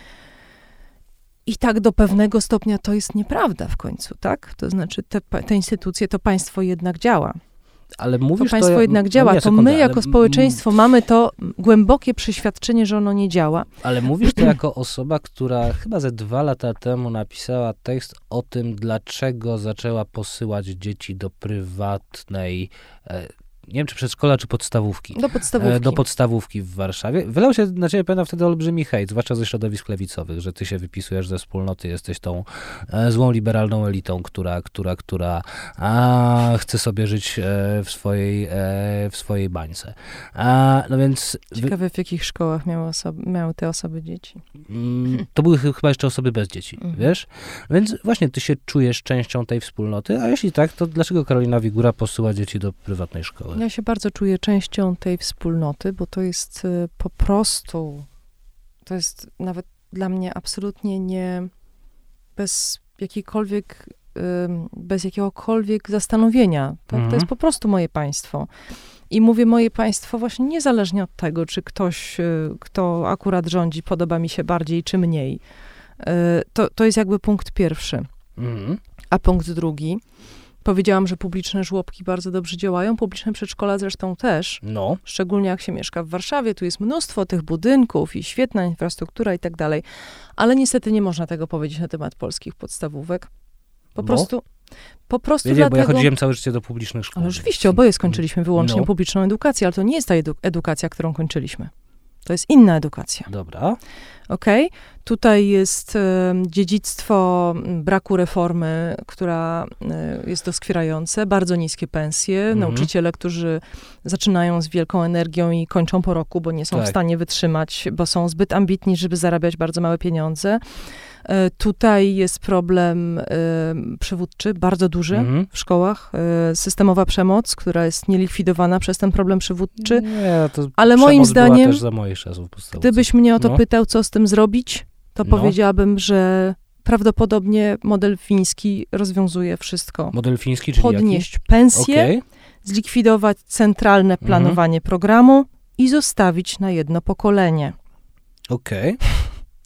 I tak do pewnego stopnia to jest nieprawda w końcu, tak? To znaczy te, te instytucje, to państwo jednak działa. Ale mówisz, to państwo to, jednak no działa, nie, to sekundę, my jako ale, społeczeństwo m- mamy to głębokie przeświadczenie, że ono nie działa. Ale mówisz to jako osoba, która chyba ze dwa lata temu napisała tekst o tym, dlaczego zaczęła posyłać dzieci do prywatnej, e, nie wiem czy przedszkola, czy podstawówki. Do podstawówki. E, do podstawówki w Warszawie. Wylał się na ciebie, pamiętam, wtedy olbrzymi hejt, zwłaszcza ze środowisk lewicowych, że ty się wypisujesz ze wspólnoty, jesteś tą e, złą liberalną elitą, która, która, która a, chce sobie żyć e, w, swojej, e, w swojej bańce. A, no więc... Ciekawe, w jakich szkołach miały, osoby, miały te osoby dzieci. Mm, to były chyba jeszcze osoby bez dzieci, mhm. wiesz? Więc właśnie ty się czujesz częścią tej wspólnoty, a jeśli tak, to dlaczego Karolina Wigura posyła dzieci do prywatnej szkoły? Ja się bardzo czuję częścią tej wspólnoty, bo to jest y, po prostu, to jest nawet dla mnie absolutnie nie, bez jakiejkolwiek, y, bez jakiegokolwiek zastanowienia. Tak? Mhm. To jest po prostu moje państwo. I mówię moje państwo właśnie niezależnie od tego, czy ktoś, y, kto akurat rządzi, podoba mi się bardziej czy mniej. Y, to, to jest jakby punkt pierwszy. Mhm. A punkt drugi, powiedziałam, że publiczne żłobki bardzo dobrze działają, publiczne przedszkola zresztą też, no. Szczególnie jak się mieszka w Warszawie, tu jest mnóstwo tych budynków i świetna infrastruktura i tak dalej, ale niestety nie można tego powiedzieć na temat polskich podstawówek. Po no. prostu, po prostu Wiedziałem, dlatego... bo ja chodziłem całe życie do publicznych szkół. Ale oczywiście, oboje skończyliśmy wyłącznie no. publiczną edukację, ale to nie jest ta edu- edukacja, którą kończyliśmy. To jest inna edukacja. Dobra. Okej? Okay? Tutaj jest y, dziedzictwo braku reformy, która y, jest doskwierające, bardzo niskie pensje, mhm. nauczyciele, którzy zaczynają z wielką energią i kończą po roku, bo nie są tak. w stanie wytrzymać, bo są zbyt ambitni, żeby zarabiać bardzo małe pieniądze. Y, tutaj jest problem y, przywódczy, bardzo duży mhm. w szkołach. Y, systemowa przemoc, która jest nielikwidowana przez ten problem przywódczy. Nie, to ale moim zdaniem, też za moich czasów gdybyś mnie o to no. pytał, co z tym zrobić, to no. powiedziałabym, że prawdopodobnie model fiński rozwiązuje wszystko. Model fiński, czyli Podnieść jaki? pensję, okay. zlikwidować centralne planowanie mhm. programu i zostawić na jedno pokolenie. Okej. Okay.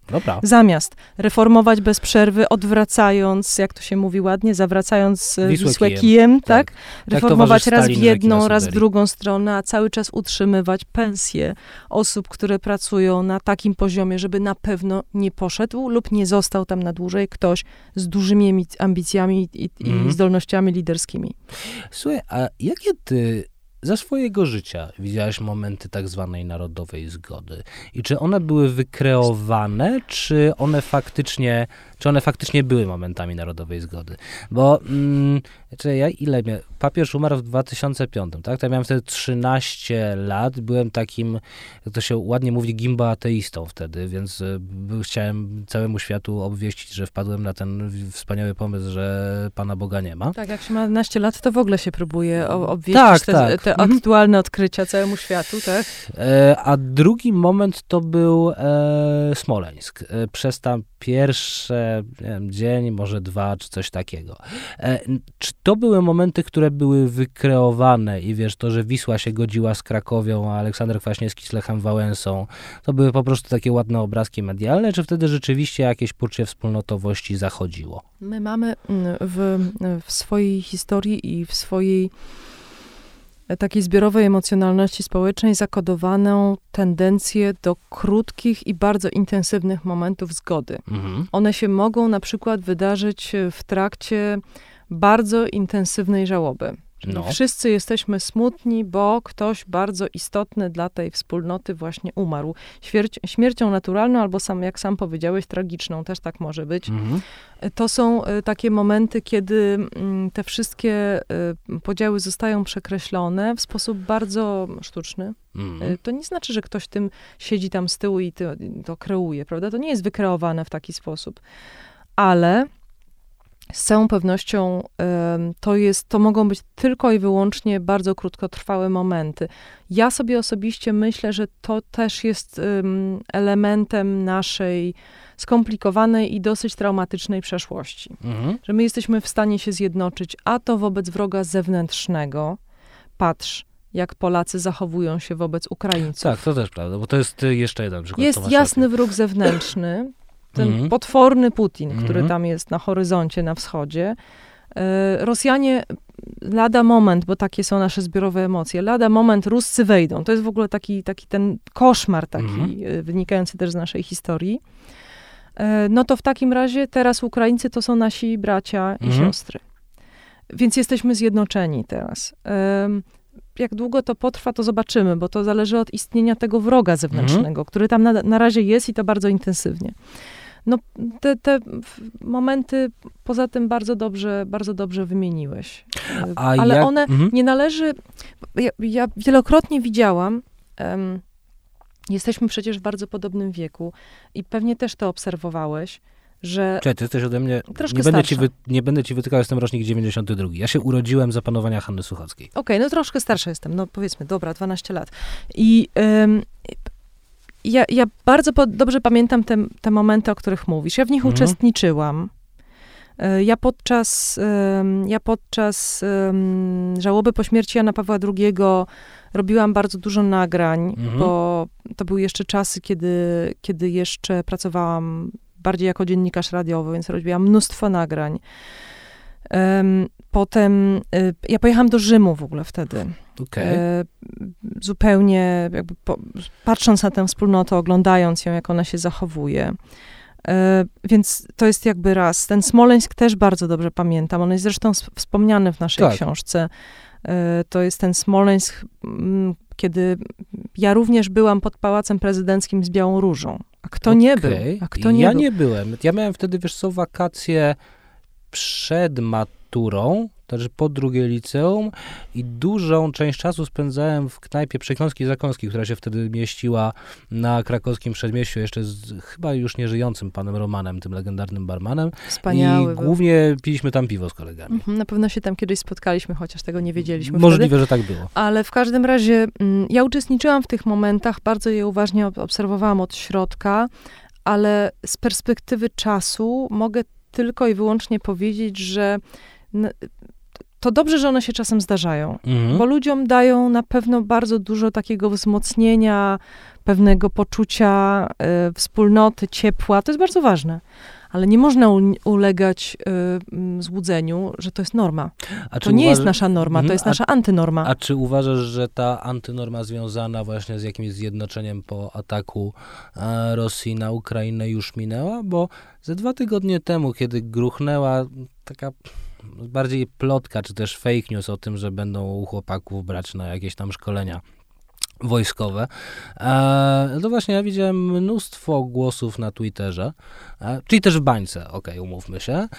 Dobra. Zamiast reformować bez przerwy, odwracając, jak to się mówi ładnie, zawracając Wisłę Wisłę kijem, kijem, tak? tak. Reformować Tak raz w towarzysz Stalin jedną, rzeki na raz w Syberii. drugą stronę, a cały czas utrzymywać pensje osób, które pracują na takim poziomie, żeby na pewno nie poszedł lub nie został tam na dłużej ktoś z dużymi ambic- ambicjami i, i Mhm. zdolnościami liderskimi. Słuchaj, a jakie ty za swojego życia widziałaś momenty tak zwanej narodowej zgody? I czy one były wykreowane, czy one faktycznie, czy one faktycznie były momentami narodowej zgody? Bo, mm, czy ja ile miałem? Papież umarł w dwa tysiące piątym, tak? To ja miałem wtedy trzynaście lat, byłem takim, jak to się ładnie mówi, gimbo-ateistą wtedy, więc y, był- chciałem całemu światu obwieścić, że wpadłem na ten wspaniały pomysł, że Pana Boga nie ma. Tak, jak się ma naście lat, to w ogóle się próbuje o- obwieścić Tak, te, tak. te Mhm. aktualne odkrycia całemu światu, tak? E, a drugi moment to był e, Smoleńsk. E, przez tam pierwsze nie wiem, dzień, może dwa, czy coś takiego. E, n- czy to były momenty, które były wykreowane i wiesz, to, że Wisła się godziła z Krakowią, a Aleksander Kwaśniewski z Lechem Wałęsą, to były po prostu takie ładne obrazki medialne, czy wtedy rzeczywiście jakieś poczucie wspólnotowości zachodziło? My mamy mm, w, w swojej historii i w swojej e, takiej zbiorowej emocjonalności społecznej zakodowaną tendencję do krótkich i bardzo intensywnych momentów zgody. Mhm. One się mogą na przykład wydarzyć w trakcie bardzo intensywnej żałoby. Czyli No. wszyscy jesteśmy smutni, bo ktoś bardzo istotny dla tej wspólnoty właśnie umarł. Śmierć, śmiercią naturalną albo, sam, jak sam powiedziałeś, tragiczną, też tak może być. Mhm. To są y, takie momenty, kiedy mm, te wszystkie y, podziały zostają przekreślone w sposób bardzo sztuczny. Mhm. Y, To nie znaczy, że ktoś tym siedzi tam z tyłu i to, to kreuje, prawda? To nie jest wykreowane w taki sposób. Ale z całą pewnością em, to jest, to mogą być tylko i wyłącznie bardzo krótkotrwałe momenty. Ja sobie osobiście myślę, że to też jest em, elementem naszej skomplikowanej i dosyć traumatycznej przeszłości. Mhm. Że my jesteśmy w stanie się zjednoczyć, a to wobec wroga zewnętrznego. Patrz, jak Polacy zachowują się wobec Ukraińców. Tak, to też prawda, bo to jest y, jeszcze jeden przykład. to Jest masz jasny rację. wróg zewnętrzny, ten Mhm. potworny Putin, który Mhm. tam jest na horyzoncie, na wschodzie. E, Rosjanie lada moment, bo takie są nasze zbiorowe emocje, lada moment Ruscy wejdą. To jest w ogóle taki, taki ten koszmar taki, Mhm. e, wynikający też z naszej historii. E, No to w takim razie teraz Ukraińcy to są nasi bracia i Mhm. siostry. Więc jesteśmy zjednoczeni teraz. Em, Jak długo to potrwa, to zobaczymy, bo to zależy od istnienia tego wroga zewnętrznego, który tam na, na razie jest i to bardzo intensywnie. No, te, te w- momenty poza tym bardzo dobrze, bardzo dobrze wymieniłeś. E, A Ale jak- one mhm. nie należy... Ja, ja wielokrotnie widziałam, em, jesteśmy przecież w bardzo podobnym wieku i pewnie też to obserwowałeś, że Czekaj, ty jesteś ode mnie, Troszkę nie będę, ci starsza. wy, nie będę ci wytykał, jestem rocznik dziewięćdziesiąty drugi. Ja się urodziłem za panowania Hanny Suchockiej. Okej, no troszkę starsza jestem, no powiedzmy, dobra, dwanaście lat. I ym, ja, ja bardzo po, dobrze pamiętam te, te momenty, o których mówisz. Ja w nich Mhm. uczestniczyłam. Y, Ja podczas, ym, ja podczas ym, żałoby po śmierci Jana Pawła drugiego robiłam bardzo dużo nagrań, Mhm. bo to były jeszcze czasy, kiedy, kiedy jeszcze pracowałam bardziej jako dziennikarz radiowy, więc robiłam mnóstwo nagrań. Em, Potem y, ja pojechałam do Rzymu w ogóle wtedy. Okej. E, Zupełnie jakby po, patrząc na tę wspólnotę, oglądając ją, jak ona się zachowuje. E, Więc to jest jakby raz. Ten Smoleńsk też bardzo dobrze pamiętam. On jest zresztą s- wspomniany w naszej Tak. książce. E, To jest ten Smoleńsk, m, kiedy ja również byłam pod Pałacem Prezydenckim z Białą Różą. A kto nie był? Okej. A kto nie ja był? nie byłem. Ja miałem wtedy, wiesz co, wakacje przed maturą, też po drugiej liceum i dużą część czasu spędzałem w knajpie Przekąski i Zakąski, która się wtedy mieściła na krakowskim przedmieściu, jeszcze z chyba już nieżyjącym panem Romanem, tym legendarnym barmanem. Wspaniały I był. głównie piliśmy tam piwo z kolegami. Mhm, na pewno się tam kiedyś spotkaliśmy, chociaż tego nie wiedzieliśmy Możliwe, wtedy. że tak było. Ale w każdym razie mm, ja uczestniczyłam w tych momentach, bardzo je uważnie ob- obserwowałam od środka, ale z perspektywy czasu mogę tylko i wyłącznie powiedzieć, że n- to dobrze, że one się czasem zdarzają, Mhm. bo ludziom dają na pewno bardzo dużo takiego wzmocnienia pewnego poczucia y, wspólnoty, ciepła, to jest bardzo ważne. Ale nie można u, ulegać y, złudzeniu, że to jest norma. A to nie uważa... jest nasza norma, to jest nasza a, antynorma. A czy uważasz, że ta antynorma związana właśnie z jakimś zjednoczeniem po ataku e, Rosji na Ukrainę już minęła? Bo ze dwa tygodnie temu, kiedy gruchnęła taka bardziej plotka, czy też fake news o tym, że będą u chłopaków brać na jakieś tam szkolenia wojskowe, e, to właśnie ja widziałem mnóstwo głosów na Twitterze, e, czyli też w bańce, okej, okay, umówmy się,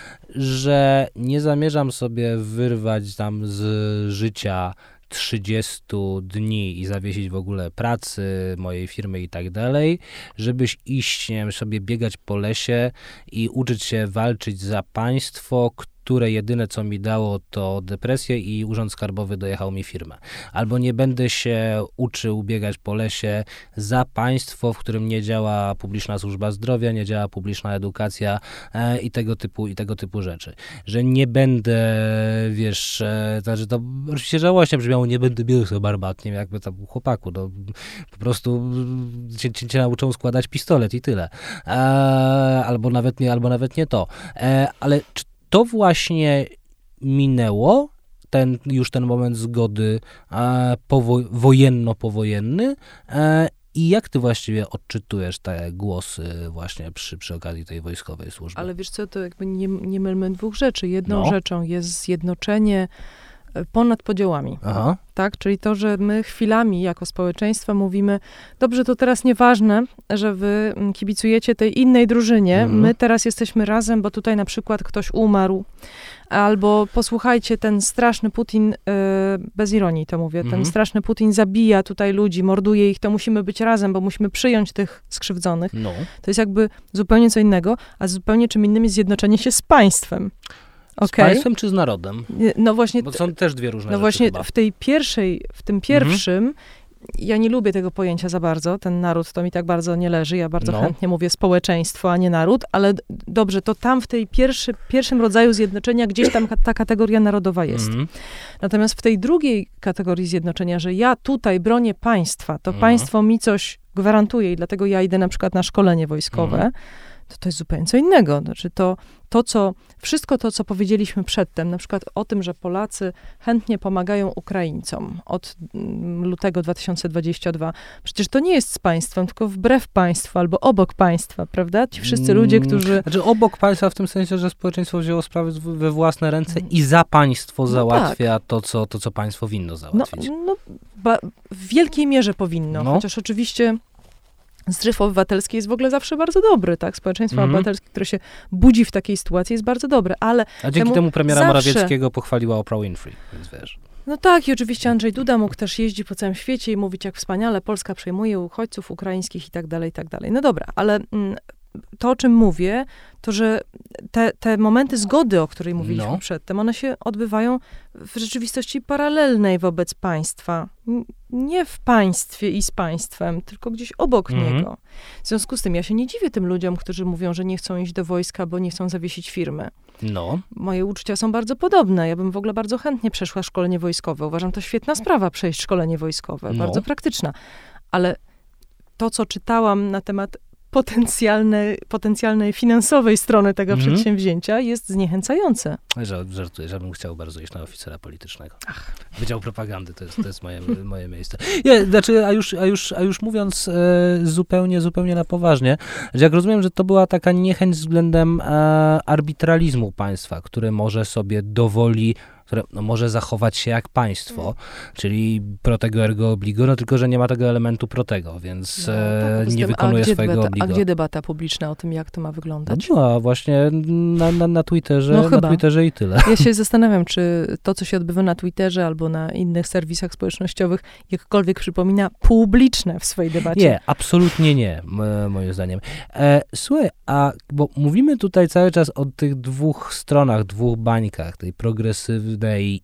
że nie zamierzam sobie wyrwać tam z życia trzydziestu dni i zawiesić w ogóle pracy, mojej firmy i tak dalej, żebyś iść, nie wiem, sobie biegać po lesie i uczyć się walczyć za państwo, które jedyne co mi dało to depresję i urząd skarbowy dojechał mi firmę. Albo nie będę się uczył biegać po lesie za państwo, w którym nie działa publiczna służba zdrowia, nie działa publiczna edukacja e, i tego typu i tego typu rzeczy. Że nie będę, wiesz, e, znaczy to oczywiście żałośnie brzmiało, nie będę biegł sobie barbatnie, jakby tam chłopaku, no, po prostu cię, cię, cię nauczą składać pistolet i tyle. E, albo nawet nie, albo nawet nie to. E, ale czy to właśnie minęło, ten, już ten moment zgody e, powo- wojenno-powojenny e, i jak ty właściwie odczytujesz te głosy właśnie przy, przy okazji tej wojskowej służby? Ale wiesz co, to jakby nie, nie mylmy dwóch rzeczy. Jedną no. rzeczą jest zjednoczenie ponad podziałami, Aha. tak? Czyli to, że my chwilami jako społeczeństwo mówimy, dobrze, to teraz nieważne, że wy kibicujecie tej innej drużynie, mhm. my teraz jesteśmy razem, bo tutaj na przykład ktoś umarł, albo posłuchajcie, ten straszny Putin, yy, bez ironii to mówię, mhm. ten straszny Putin zabija tutaj ludzi, morduje ich, to musimy być razem, bo musimy przyjąć tych skrzywdzonych. No. To jest jakby zupełnie co innego, a zupełnie czym innym jest zjednoczenie się z państwem. Z okay. państwem czy z narodem? No właśnie. Bo są też dwie różne no rzeczy. No właśnie chyba. w tej pierwszej, w tym pierwszym, mhm. ja nie lubię tego pojęcia za bardzo, ten naród to mi tak bardzo nie leży, ja bardzo no. chętnie mówię społeczeństwo, a nie naród, ale dobrze, to tam w tej pierwszy, pierwszym rodzaju zjednoczenia gdzieś tam ta kategoria narodowa jest. Mhm. Natomiast w tej drugiej kategorii zjednoczenia, że ja tutaj bronię państwa, to mhm. państwo mi coś gwarantuje i dlatego ja idę na przykład na szkolenie wojskowe, mhm. to to jest zupełnie co innego. Znaczy to, to, co, wszystko to, co powiedzieliśmy przedtem, na przykład o tym, że Polacy chętnie pomagają Ukraińcom od lutego dwa tysiące dwudziestego drugiego, przecież to nie jest z państwem, tylko wbrew państwu albo obok państwa, prawda? Ci wszyscy ludzie, którzy... Znaczy obok państwa w tym sensie, że społeczeństwo wzięło sprawy we własne ręce i za państwo no załatwia tak. to, co, to, co państwo winno załatwić. No, no ba, w wielkiej mierze powinno, no. chociaż oczywiście... Zryw obywatelski jest w ogóle zawsze bardzo dobry, tak? Społeczeństwo mm. obywatelskie, które się budzi w takiej sytuacji, jest bardzo dobre, ale... A dzięki temu, temu premiera zawsze... Morawieckiego pochwaliła Oprah Winfrey, więc wiesz. No tak, i oczywiście Andrzej Duda mógł też jeździć po całym świecie i mówić, jak wspaniale Polska przejmuje uchodźców ukraińskich i tak dalej, i tak dalej. No dobra, ale mm, to, o czym mówię, to, że te, te momenty zgody, o której mówiliśmy no. przedtem, one się odbywają w rzeczywistości paralelnej wobec państwa. Nie w państwie i z państwem, tylko gdzieś obok mm-hmm. niego. W związku z tym ja się nie dziwię tym ludziom, którzy mówią, że nie chcą iść do wojska, bo nie chcą zawiesić firmy. No. Moje uczucia są bardzo podobne. Ja bym w ogóle bardzo chętnie przeszła szkolenie wojskowe. Uważam, to świetna sprawa przejść szkolenie wojskowe. No. Bardzo praktyczna. Ale to, co czytałam na temat potencjalnej, potencjalnej finansowej strony tego mm-hmm. przedsięwzięcia jest zniechęcające. Żartuję, że bym chciał bardzo iść na oficera politycznego. Ach. Wydział Propagandy, to jest, to jest moje, moje miejsce. Nie, znaczy, a już, a już, a już mówiąc e, zupełnie, zupełnie na poważnie, że jak rozumiem, że to była taka niechęć względem e, arbitralizmu państwa, które może sobie dowoli które no, może zachować się jak państwo, mm. czyli protego ergo obligo, no tylko, że nie ma tego elementu protego, więc no, tak, e, nie wykonuje swojego debata, obligo. A gdzie debata publiczna o tym, jak to ma wyglądać? No była właśnie na, na, na Twitterze, no, na Twitterze i tyle. Ja się zastanawiam, czy to, co się odbywa na Twitterze albo na innych serwisach społecznościowych, jakkolwiek przypomina publiczne w swojej debacie. Nie, absolutnie nie, moim zdaniem. E, słuchaj, a bo mówimy tutaj cały czas o tych dwóch stronach, dwóch bańkach, tej progresywnej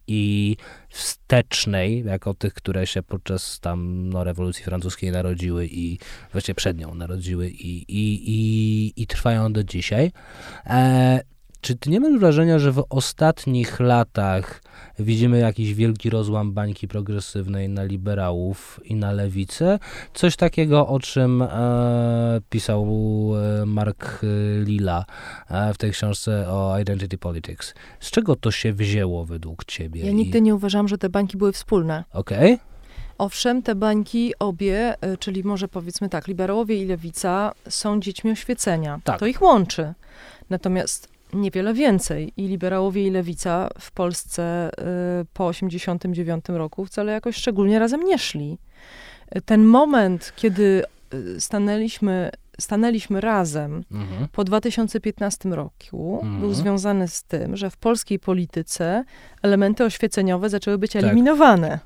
i wstecznej, jako tych, które się podczas tam no, rewolucji francuskiej narodziły i właściwie przed nią narodziły i, i, i, i trwają do dzisiaj. E, czy ty nie masz wrażenia, że w ostatnich latach widzimy jakiś wielki rozłam bańki progresywnej na liberałów i na lewicę? Coś takiego, o czym e, pisał e, Mark Lilla e, w tej książce o Identity Politics. Z czego to się wzięło według ciebie? Ja nigdy I... nie uważam, że te bańki były wspólne. Okej. Okay. Owszem, te bańki obie, czyli może powiedzmy tak, liberałowie i lewica są dziećmi oświecenia. Tak. To ich łączy. Natomiast niewiele więcej. I liberałowie i lewica w Polsce y, po osiemdziesiątym dziewiątym roku wcale jakoś szczególnie razem nie szli. Ten moment, kiedy stanęliśmy, stanęliśmy razem Mhm. po dwa tysiące piętnastym roku, Mhm. był związany z tym, że w polskiej polityce elementy oświeceniowe zaczęły być Tak. eliminowane.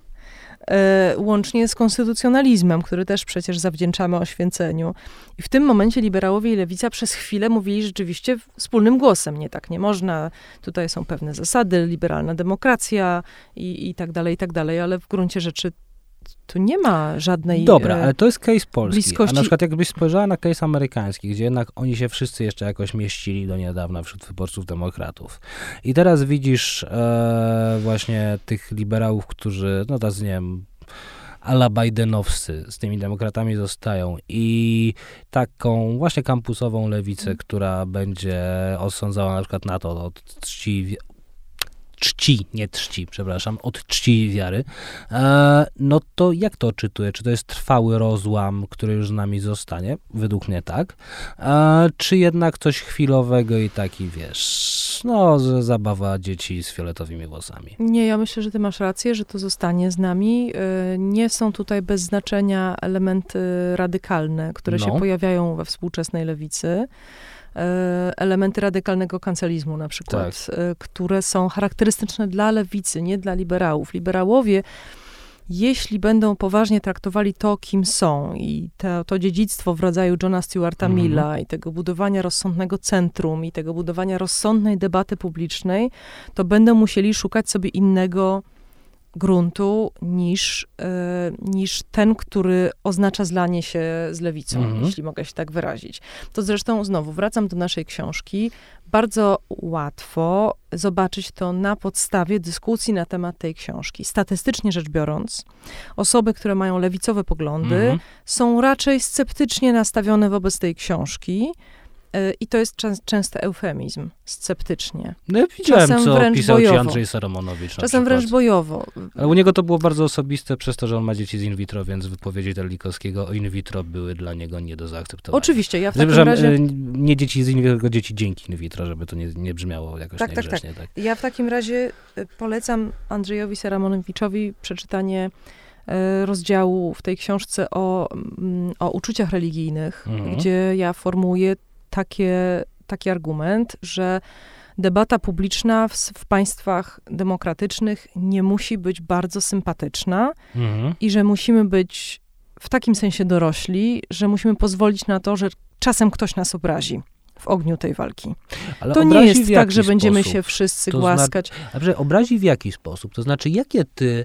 E, łącznie z konstytucjonalizmem, który też przecież zawdzięczamy oświęceniu. I w tym momencie liberałowie i lewica przez chwilę mówili rzeczywiście wspólnym głosem. Nie tak nie można, tutaj są pewne zasady, liberalna demokracja i, i tak dalej, i tak dalej, ale w gruncie rzeczy tu nie ma żadnej Dobra, e, ale to jest case polski. bliskości. A na przykład jakbyś spojrzała na case amerykański, gdzie jednak oni się wszyscy jeszcze jakoś mieścili do niedawna wśród wyborców demokratów. I teraz widzisz e, właśnie tych liberałów, którzy, no teraz nie wiem, a la Bidenowscy z tymi demokratami zostają i taką właśnie kampusową lewicę, która będzie osądzała na przykład NATO od czci, czci, nie czci, przepraszam, od czci i wiary, e, no to jak to odczytuję? Czy to jest trwały rozłam, który już z nami zostanie? Według mnie tak. E, czy jednak coś chwilowego i taki, wiesz, no, z, zabawa dzieci z fioletowymi włosami? Nie, ja myślę, że ty masz rację, że to zostanie z nami. Y, Nie są tutaj bez znaczenia elementy radykalne, które No. się pojawiają we współczesnej lewicy. Y, Elementy radykalnego kancelarizmu na przykład, y, które są charakterystyczne dla lewicy, nie dla liberałów. Liberałowie, jeśli będą poważnie traktowali to, kim są i to, to dziedzictwo w rodzaju Johna Stuarta Mhm. Milla i tego budowania rozsądnego centrum i tego budowania rozsądnej debaty publicznej, to będą musieli szukać sobie innego gruntu niż, e, niż ten, który oznacza zlanie się z lewicą, Mhm. jeśli mogę się tak wyrazić. To zresztą znowu wracam do naszej książki. Bardzo łatwo zobaczyć to na podstawie dyskusji na temat tej książki. Statystycznie rzecz biorąc, osoby, które mają lewicowe poglądy, Mhm. są raczej sceptycznie nastawione wobec tej książki. e, I to jest czas, często eufemizm, sceptycznie. No ja widziałem, Czasem co wręcz pisał ci bojowo. Andrzej Saramonowicz na Czasem przykład. wręcz bojowo. Ale u niego to było bardzo osobiste przez to, że on ma dzieci z in vitro, więc wypowiedzi Terlikowskiego o in vitro były dla niego nie do zaakceptowania. Oczywiście, ja w takim Przepraszam, razie... e, nie dzieci z in vitro, tylko dzieci dzięki in vitro, żeby to nie, nie brzmiało jakoś Tak, tak, niegrzecznie. Tak, Ja w takim razie e, polecam Andrzejowi Saramonowiczowi przeczytanie e, rozdziału w tej książce o, mm, o uczuciach religijnych, Mhm. gdzie ja formułuję takie, taki argument, że debata publiczna w, s- w państwach demokratycznych nie musi być bardzo sympatyczna Mhm. i że musimy być w takim sensie dorośli, że musimy pozwolić na to, że czasem ktoś nas obrazi w ogniu tej walki. Ale To nie obrazi jest w tak, jaki że będziemy sposób? się wszyscy To głaskać. Dobrze, obrazi w jaki sposób? To znaczy, jakie ty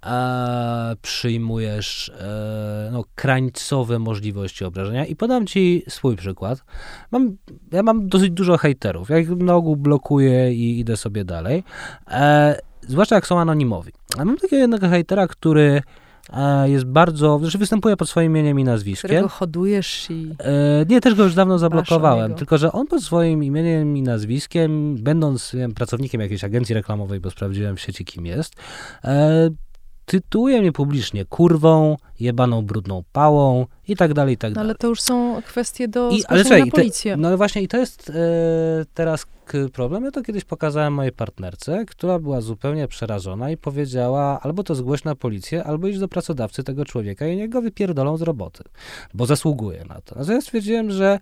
e, przyjmujesz e, no, krańcowe możliwości obrażenia? I podam ci swój przykład. Mam, ja mam dosyć dużo hejterów. Ja ich na ogół blokuję i idę sobie dalej. E, zwłaszcza jak są anonimowi. A mam takiego jednego hejtera, który e, jest bardzo, znaczy występuje pod swoim imieniem i nazwiskiem. Którego hodujesz i... E, nie, też go już dawno zablokowałem, niego. tylko że on pod swoim imieniem i nazwiskiem, będąc nie wiem, pracownikiem jakiejś agencji reklamowej, bo sprawdziłem w sieci, kim jest, e, tytułuje mnie publicznie kurwą, jebaną brudną pałą i tak dalej, i tak No, dalej. ale to już są kwestie do I, ale zgłoszenia czekaj, na te, policję. no ale właśnie i to jest e, teraz k- problem. Ja to kiedyś pokazałem mojej partnerce, która była zupełnie przerażona i powiedziała, albo to zgłoś na policję, albo idź do pracodawcy tego człowieka i niech go wypierdolą z roboty, bo zasługuje na to. A ja stwierdziłem, że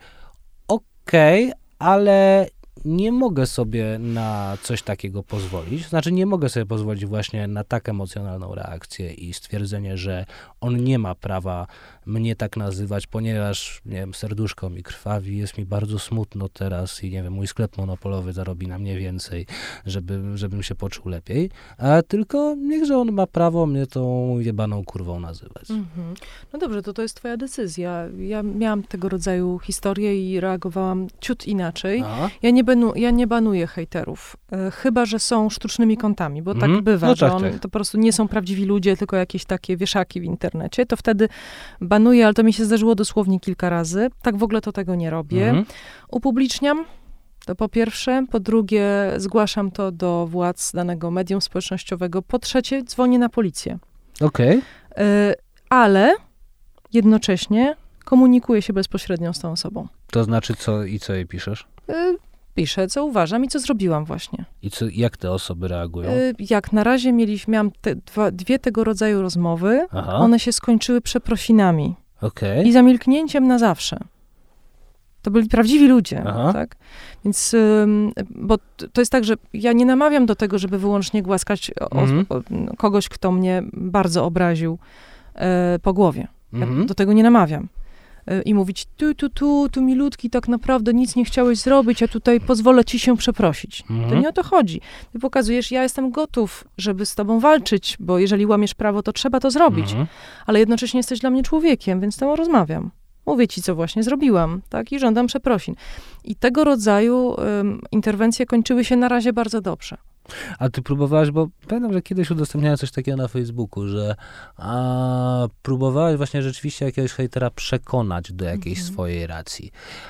okej, ale nie mogę sobie na coś takiego pozwolić. Znaczy nie mogę sobie pozwolić właśnie na tak emocjonalną reakcję i stwierdzenie, że on nie ma prawa mnie tak nazywać, ponieważ, nie wiem, serduszko mi krwawi, jest mi bardzo smutno teraz i, nie wiem, mój sklep monopolowy zarobi na mnie więcej, żeby, żebym się poczuł lepiej, a tylko niechże on ma prawo mnie tą jebaną kurwą nazywać. Mhm. No dobrze, to to jest twoja decyzja. Ja miałam tego rodzaju historię i reagowałam ciut inaczej. Ja nie, banu, ja nie banuję hejterów, e, chyba że są sztucznymi kontami, bo Mhm. tak bywa, No że tak, on, tak. to po prostu nie są prawdziwi ludzie, tylko jakieś takie wieszaki w internecie, to wtedy banuję, ale to mi się zdarzyło dosłownie kilka razy. Tak w ogóle to tego nie robię. Mhm. Upubliczniam, to po pierwsze. Po drugie, zgłaszam to do władz danego medium społecznościowego. Po trzecie, dzwonię na policję. Okej. E, ale jednocześnie komunikuję się bezpośrednio z tą osobą. To znaczy co i co jej piszesz? E, piszę, co uważam i co zrobiłam właśnie. I co, jak te osoby reagują? E, jak na razie mieliśmy, miałam te dwa, dwie tego rodzaju rozmowy. Aha. One się skończyły przeprosinami Okej. i zamilknięciem na zawsze. To byli prawdziwi ludzie, Aha. tak? Więc, ym, bo t- to jest tak, że ja nie namawiam do tego, żeby wyłącznie głaskać o, Mhm. o, kogoś, kto mnie bardzo obraził e, po głowie. Ja Mhm. do tego nie namawiam. E, I mówić, tu, tu, tu, tu milutki, tak naprawdę nic nie chciałeś zrobić, a tutaj pozwolę ci się przeprosić. Mhm. To nie o to chodzi. Ty pokazujesz, ja jestem gotów, żeby z tobą walczyć, bo jeżeli łamiesz prawo, to trzeba to zrobić. Mhm. Ale jednocześnie jesteś dla mnie człowiekiem, więc z tobą rozmawiam. Mówię ci, co właśnie zrobiłam, tak? I żądam przeprosin. I tego rodzaju um, interwencje kończyły się na razie bardzo dobrze. A ty próbowałaś, bo pamiętam, że kiedyś udostępniałem coś takiego na Facebooku, że a, próbowałaś właśnie rzeczywiście jakiegoś hejtera przekonać do jakiejś Mhm. swojej racji.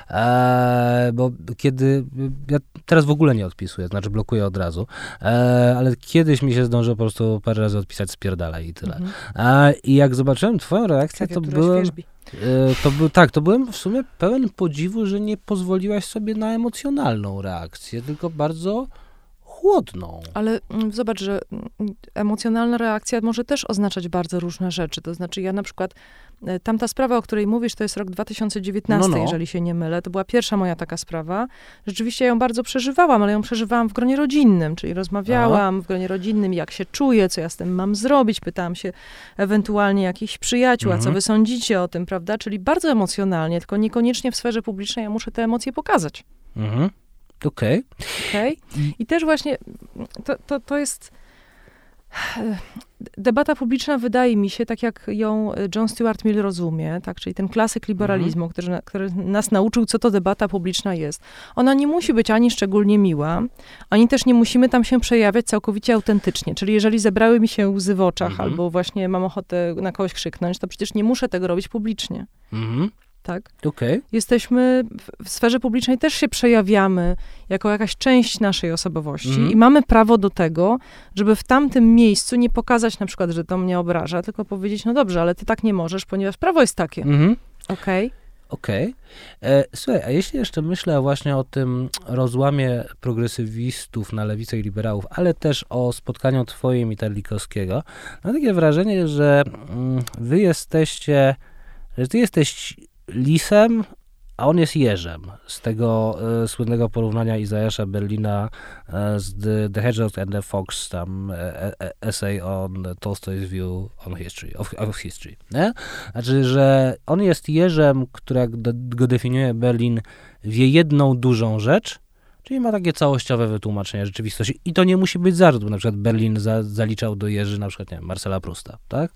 E, bo kiedy, ja teraz w ogóle nie odpisuję, znaczy blokuję od razu, e, ale kiedyś mi się zdążyło po prostu parę razy odpisać spierdalaj i tyle. Mhm. E, I jak zobaczyłem twoją reakcję, to byłem, e, to był, tak, to byłem w sumie pełen podziwu, że nie pozwoliłaś sobie na emocjonalną reakcję, tylko bardzo chłodną. Ale mm, zobacz, że mm, emocjonalna reakcja może też oznaczać bardzo różne rzeczy. To znaczy ja na przykład, e, tamta sprawa, o której mówisz, to jest rok dwa tysiące dziewiętnasty, No, no. jeżeli się nie mylę. To była pierwsza moja taka sprawa. Rzeczywiście ja ją bardzo przeżywałam, ale ją przeżywałam w gronie rodzinnym, czyli rozmawiałam w gronie rodzinnym, jak się czuję, co ja z tym mam zrobić. Pytałam się ewentualnie jakichś przyjaciół, a co Mhm. wy sądzicie o tym, prawda? Czyli bardzo emocjonalnie, tylko niekoniecznie w sferze publicznej ja muszę te emocje pokazać. Mhm. Okej. Okej? I też właśnie to, to, to jest debata publiczna, wydaje mi się, tak jak ją John Stuart Mill rozumie, tak, czyli ten klasyk liberalizmu, który, który nas nauczył, co to debata publiczna jest. Ona nie musi być ani szczególnie miła, ani też nie musimy tam się przejawiać całkowicie autentycznie. Czyli jeżeli zebrały mi się łzy w oczach, Mhm. albo właśnie mam ochotę na kogoś krzyknąć, to przecież nie muszę tego robić publicznie, Mhm. tak? Okej. Jesteśmy, w- w sferze publicznej też się przejawiamy jako jakaś część naszej osobowości Mhm. i mamy prawo do tego, żeby w tamtym miejscu nie pokazać na przykład, że to mnie obraża, tylko powiedzieć, no dobrze, ale ty tak nie możesz, ponieważ prawo jest takie. Mhm. Okej? Okej. E, Słuchaj, a jeśli jeszcze myślę właśnie o tym rozłamie progresywistów na lewicę i liberałów, ale też o spotkaniu twoim i Terlikowskiego, mam takie wrażenie, że mm, wy jesteście, że ty jesteś lisem, a on jest jeżem. Z tego e, słynnego porównania Izajasza Berlina e, z The, the Hedgehog and the Fox, tam e, e, essay on Tolstoy's view on history, of, of history. Nie? Znaczy, że on jest jeżem, który jak do, go definiuje Berlin, wie jedną dużą rzecz, czyli ma takie całościowe wytłumaczenie rzeczywistości. I to nie musi być zarzut, bo na przykład Berlin za, zaliczał do jeży na przykład, nie wiem, Marcela Prousta, tak?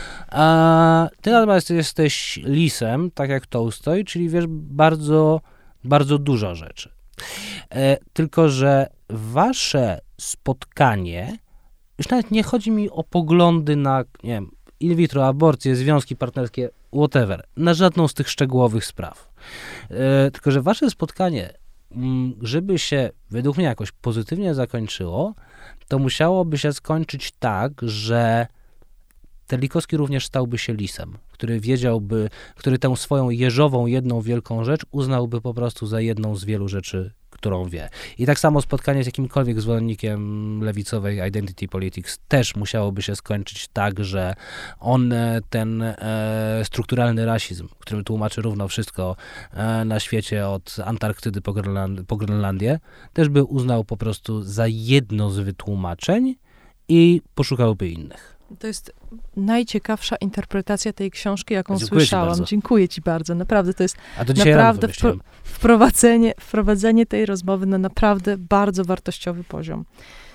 A ty natomiast jesteś lisem, tak jak Tolstoj, czyli wiesz bardzo, bardzo dużo rzeczy. E, tylko, że wasze spotkanie, już nawet nie chodzi mi o poglądy na, nie wiem, in vitro, aborcje, związki partnerskie, whatever, na żadną z tych szczegółowych spraw. E, tylko, że wasze spotkanie, m, żeby się według mnie jakoś pozytywnie zakończyło, to musiałoby się skończyć tak, że Terlikowski również stałby się lisem, który wiedziałby, który tę swoją jeżową jedną wielką rzecz uznałby po prostu za jedną z wielu rzeczy, którą wie. I tak samo spotkanie z jakimkolwiek zwolennikiem lewicowej identity politics też musiałoby się skończyć tak, że on ten e, strukturalny rasizm, którym tłumaczy równo wszystko e, na świecie od Antarktydy po, Grenland- po Grenlandię, też by uznał po prostu za jedno z wytłumaczeń i poszukałby innych. To jest najciekawsza interpretacja tej książki, jaką Dziękuję słyszałam. ci Dziękuję ci bardzo. Naprawdę to jest A to dzisiaj naprawdę rano wpro- wprowadzenie, wprowadzenie tej rozmowy na naprawdę bardzo wartościowy poziom.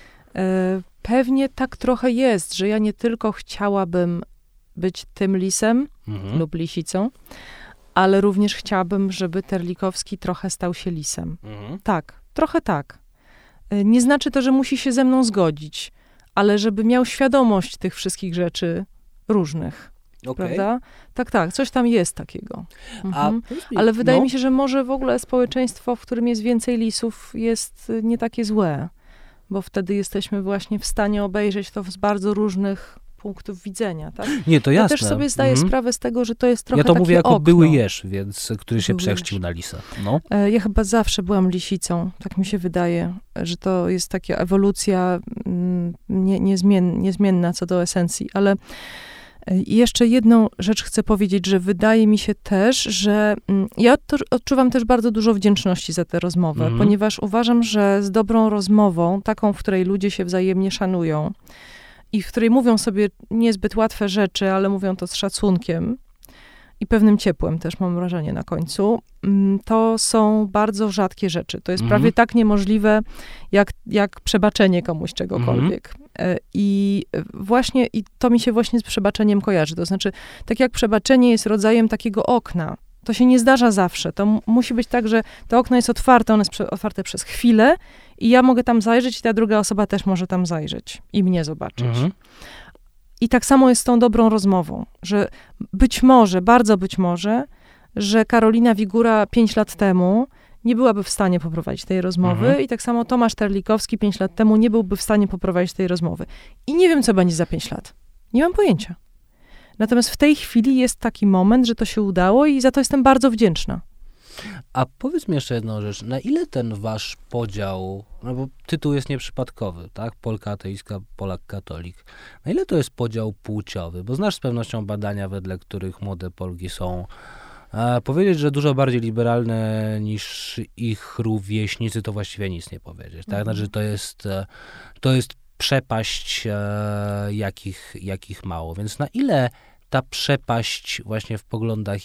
E, pewnie tak trochę jest, że ja nie tylko chciałabym być tym lisem mhm. lub lisicą, ale również chciałabym, żeby Terlikowski trochę stał się lisem. Mhm. Tak, trochę tak. E, nie znaczy to, że musi się ze mną zgodzić, ale żeby miał świadomość tych wszystkich rzeczy różnych. Okay. Prawda? Tak, tak, coś tam jest takiego. Mhm. A, Ale wydaje no. mi się, że może w ogóle społeczeństwo, w którym jest więcej lisów, jest nie takie złe, bo wtedy jesteśmy właśnie w stanie obejrzeć to z bardzo różnych punktów widzenia, tak? Nie, to ja jasne. też sobie zdaję mhm. sprawę z tego, że to jest trochę Ja to takie mówię jako okno. były jeż, więc, który się Były przechrzcił jeż. na lisa. No. E, Ja chyba zawsze byłam lisicą, tak mi się wydaje, że to jest taka ewolucja mm, nie, niezmien, niezmienna co do esencji, ale i jeszcze jedną rzecz chcę powiedzieć, że wydaje mi się też, że mm, ja to, odczuwam też bardzo dużo wdzięczności za tę rozmowę, Mhm. ponieważ uważam, że z dobrą rozmową, taką, w której ludzie się wzajemnie szanują i w której mówią sobie niezbyt łatwe rzeczy, ale mówią to z szacunkiem i pewnym ciepłem też, mam wrażenie, na końcu, mm, to są bardzo rzadkie rzeczy. To jest Mhm. prawie tak niemożliwe, jak, jak przebaczenie komuś czegokolwiek. E, I właśnie, i to mi się właśnie z przebaczeniem kojarzy. To znaczy, tak jak przebaczenie jest rodzajem takiego okna, to się nie zdarza zawsze. To m- musi być tak, że to okno jest otwarte, ono jest prze- otwarte przez chwilę i ja mogę tam zajrzeć i ta druga osoba też może tam zajrzeć i mnie zobaczyć. Mhm. I tak samo jest z tą dobrą rozmową, że być może, bardzo być może, że Karolina Wigura pięć lat temu nie byłaby w stanie poprowadzić tej rozmowy Mhm. i tak samo Tomasz Terlikowski pięć lat temu nie byłby w stanie poprowadzić tej rozmowy. I nie wiem, co będzie za pięć lat. Nie mam pojęcia. Natomiast w tej chwili jest taki moment, że to się udało i za to jestem bardzo wdzięczna. A powiedz mi jeszcze jedną rzecz. Na ile ten wasz podział, no bo tytuł jest nieprzypadkowy, tak? Polka ateistka, Polak katolik. Na ile to jest podział płciowy? Bo znasz z pewnością badania, wedle których młode Polki są e, powiedzieć, że dużo bardziej liberalne niż ich rówieśnicy, to właściwie nic nie powiedzieć, tak? Mhm. Znaczy to jest, e, to jest przepaść, e, jakich, jakich mało. Więc na ile ta przepaść właśnie w poglądach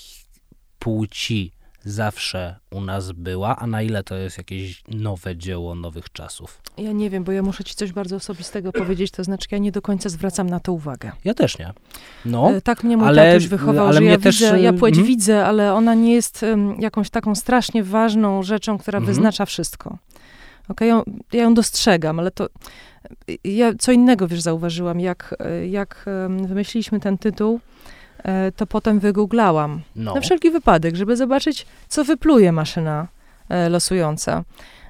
płci zawsze u nas była, a na ile to jest jakieś nowe dzieło nowych czasów? Ja nie wiem, bo ja muszę ci coś bardzo osobistego powiedzieć, to znaczy ja nie do końca zwracam na to uwagę. Ja też nie. No, E, Tak mnie mój ale- tatuś wychował, ale że mnie ja też, widzę, ja płeć mhm. widzę, ale ona nie jest um, jakąś taką strasznie ważną rzeczą, która Mhm. wyznacza wszystko. Okej, ją, ja ją dostrzegam, ale to ja co innego, wiesz, zauważyłam, jak, e, jak em, wymyśliliśmy ten tytuł, e, to potem wygooglałam. no. Na wszelki wypadek, żeby zobaczyć, co wypluje maszyna e, losująca.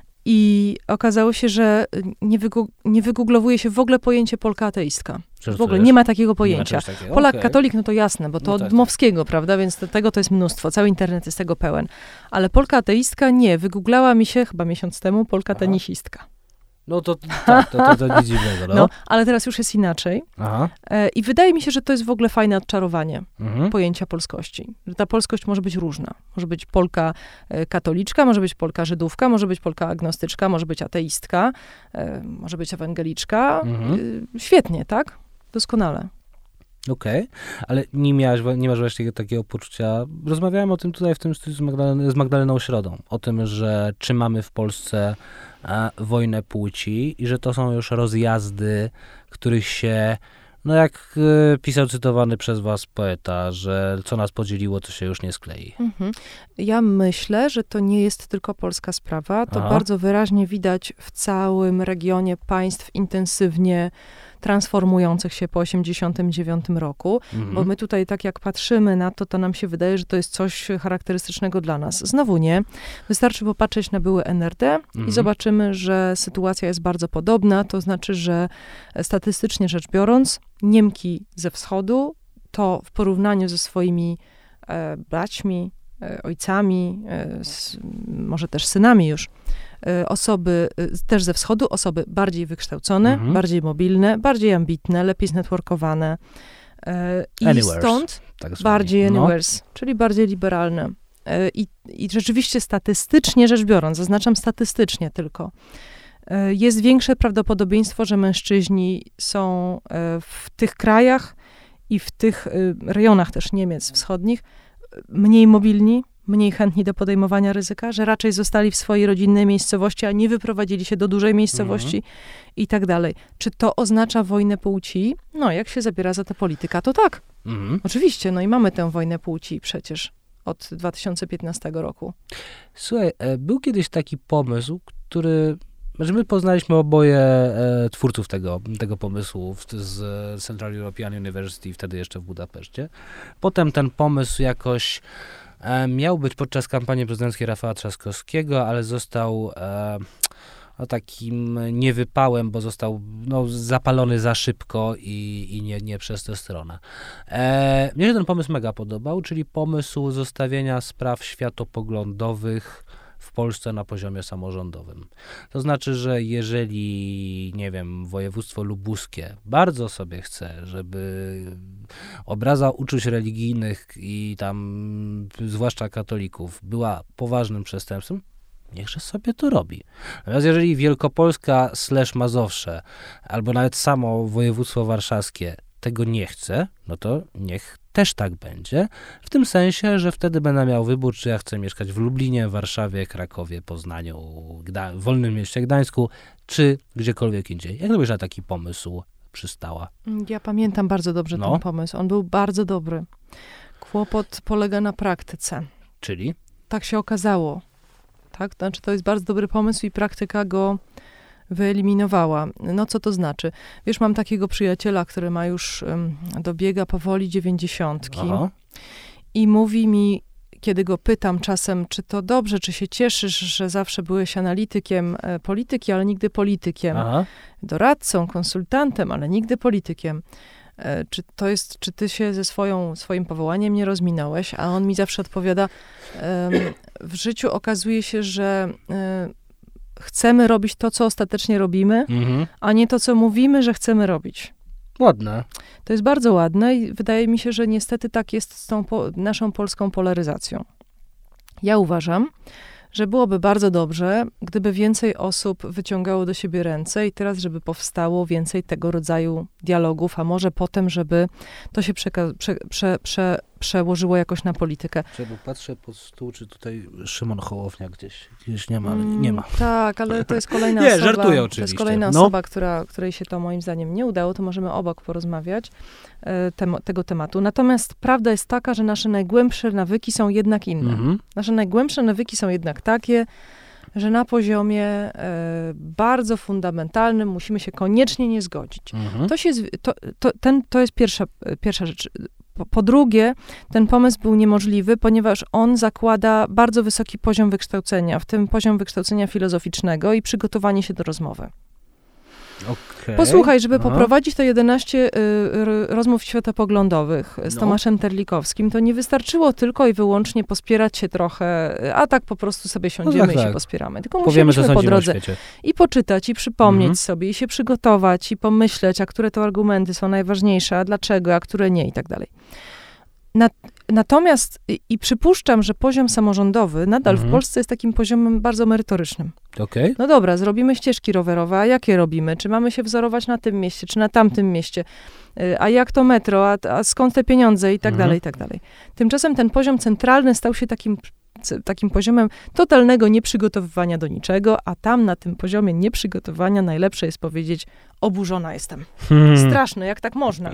I okazało się, że nie, wygu- nie wygooglowuje się w ogóle pojęcie Polka ateistka. W ogóle nie ma takiego pojęcia. Takiego? Polak Okej. katolik, no to jasne, bo to No od tak, tak. Dmowskiego, prawda, więc to, tego to jest mnóstwo, cały internet jest tego pełen. Ale Polka ateistka nie, wygooglała mi się chyba miesiąc temu Polka Aha. tenisistka. No to tak, to, to, to nic dziwnego, no. No, ale teraz już jest inaczej. Aha. E, I wydaje mi się, że to jest w ogóle fajne odczarowanie Mhm. pojęcia polskości. Że ta polskość może być różna. Może być Polka e, katoliczka, może być Polka żydówka, może być Polka agnostyczka, może być ateistka, e, może być ewangeliczka. Mhm. E, świetnie, tak? Doskonale. Okej, ale nie miałaś, nie masz właśnie takiego poczucia, rozmawiałem o tym tutaj w tym studiu z, Magdalen- z Magdaleną Środą, o tym, że czy mamy w Polsce e, wojnę płci i że to są już rozjazdy, których się, no jak e, pisał cytowany przez was poeta, że co nas podzieliło, to się już nie sklei. Mhm. Ja myślę, że to nie jest tylko polska sprawa. To Aha. bardzo wyraźnie widać w całym regionie państw intensywnie transformujących się po osiemdziesiątym dziewiątym roku, Mhm. bo my tutaj tak jak patrzymy na to, to nam się wydaje, że to jest coś charakterystycznego dla nas. Znowu nie. Wystarczy popatrzeć na były N R D Mhm. i zobaczymy, że sytuacja jest bardzo podobna, to znaczy, że statystycznie rzecz biorąc, Niemki ze wschodu to w porównaniu ze swoimi e, braćmi, e, ojcami, e, s, może też synami już, e, osoby e, też ze wschodu, osoby bardziej wykształcone, Mhm. bardziej mobilne, bardziej ambitne, lepiej znetworkowane e, i Anywheres, stąd tak zwani. bardziej No. anywheres, czyli bardziej liberalne. E, I, I rzeczywiście statystycznie rzecz biorąc, zaznaczam statystycznie tylko, jest większe prawdopodobieństwo, że mężczyźni są w tych krajach i w tych rejonach też Niemiec wschodnich mniej mobilni, mniej chętni do podejmowania ryzyka, że raczej zostali w swojej rodzinnej miejscowości, a nie wyprowadzili się do dużej miejscowości mhm. i tak dalej. Czy to oznacza wojnę płci? No, jak się zabiera za tę politykę, to tak. Mhm. Oczywiście, no i mamy tę wojnę płci przecież od dwa tysiące piętnastego roku. Słuchaj, był kiedyś taki pomysł, który... Znaczy my poznaliśmy oboje e, twórców tego, tego pomysłu w, z Central European University, wtedy jeszcze w Budapeszcie. Potem ten pomysł jakoś e, miał być podczas kampanii prezydenckiej Rafała Trzaskowskiego, ale został e, no, takim niewypałem, bo został no, zapalony za szybko i, i nie, nie przez tę stronę. E, mnie się ten pomysł mega podobał, czyli pomysł zostawienia spraw światopoglądowych w Polsce na poziomie samorządowym. To znaczy, że jeżeli, nie wiem, województwo lubuskie bardzo sobie chce, żeby obraza uczuć religijnych i tam, zwłaszcza katolików, była poważnym przestępstwem, niechże sobie to robi. Natomiast jeżeli Wielkopolska slash Mazowsze, albo nawet samo województwo warszawskie tego nie chce, no to niech też tak będzie, w tym sensie, że wtedy będę miał wybór, czy ja chcę mieszkać w Lublinie, Warszawie, Krakowie, Poznaniu, Gda- w Wolnym Mieście Gdańsku, czy gdziekolwiek indziej. Jak byś na taki pomysł przystała? Ja pamiętam bardzo dobrze no. ten pomysł. On był bardzo dobry. Kłopot polega na praktyce. Czyli? Tak się okazało. Tak? Znaczy, to jest bardzo dobry pomysł i praktyka go wyeliminowała. No co to znaczy? Wiesz, mam takiego przyjaciela, który ma już um, dobiega powoli dziewięćdziesiątki i mówi mi, kiedy go pytam czasem, czy to dobrze, czy się cieszysz, że zawsze byłeś analitykiem e, polityki, ale nigdy politykiem, Aha. doradcą, konsultantem, ale nigdy politykiem. E, czy to jest, czy ty się ze swoją, swoim powołaniem nie rozminąłeś? A on mi zawsze odpowiada, e, w życiu okazuje się, że e, chcemy robić to, co ostatecznie robimy, mhm. a nie to, co mówimy, że chcemy robić. Ładne. To jest bardzo ładne i wydaje mi się, że niestety tak jest z tą po, naszą polską polaryzacją. Ja uważam, że byłoby bardzo dobrze, gdyby więcej osób wyciągało do siebie ręce i teraz, żeby powstało więcej tego rodzaju dialogów, a może potem, żeby to się przeka- prze, prze, prze, przełożyło jakoś na politykę. Czemu patrzę pod stół, czy tutaj Szymon Hołownia gdzieś, gdzieś nie ma, ale nie ma. Mm, tak, ale to jest kolejna nie, osoba. żartuję oczywiście. To jest kolejna no. osoba, która, której się to moim zdaniem nie udało, to możemy obok porozmawiać e, tem- tego tematu. Natomiast prawda jest taka, że nasze najgłębsze nawyki są jednak inne. Mhm. Nasze najgłębsze nawyki są jednak takie, że na poziomie e, bardzo fundamentalnym musimy się koniecznie nie zgodzić. Mhm. To, się, to, to, ten, to jest pierwsza, pierwsza rzecz. Po, po drugie, ten pomysł był niemożliwy, ponieważ on zakłada bardzo wysoki poziom wykształcenia, w tym poziom wykształcenia filozoficznego i przygotowanie się do rozmowy. Okay. Posłuchaj, żeby Aha. poprowadzić te jedenaście y, rozmów światopoglądowych z no. Tomaszem Terlikowskim, to nie wystarczyło tylko i wyłącznie pospierać się trochę, a tak po prostu sobie siądziemy no tak, i się tak. pospieramy. Tylko Powiemy, musieliśmy po drodze i poczytać, i przypomnieć mhm. sobie, i się przygotować, i pomyśleć, a które to argumenty są najważniejsze, a dlaczego, a które nie i tak dalej. Na, natomiast i, i przypuszczam, że poziom samorządowy nadal mhm. w Polsce jest takim poziomem bardzo merytorycznym. Okay. No dobra, zrobimy ścieżki rowerowe, a jakie robimy? Czy mamy się wzorować na tym mieście, czy na tamtym mieście? A jak to metro? A, a skąd te pieniądze? I tak mhm. dalej, i tak dalej. Tymczasem ten poziom centralny stał się takim, takim poziomem totalnego nieprzygotowywania do niczego, a tam na tym poziomie nieprzygotowania najlepsze jest powiedzieć, oburzona jestem. Hmm. Straszne, jak tak można?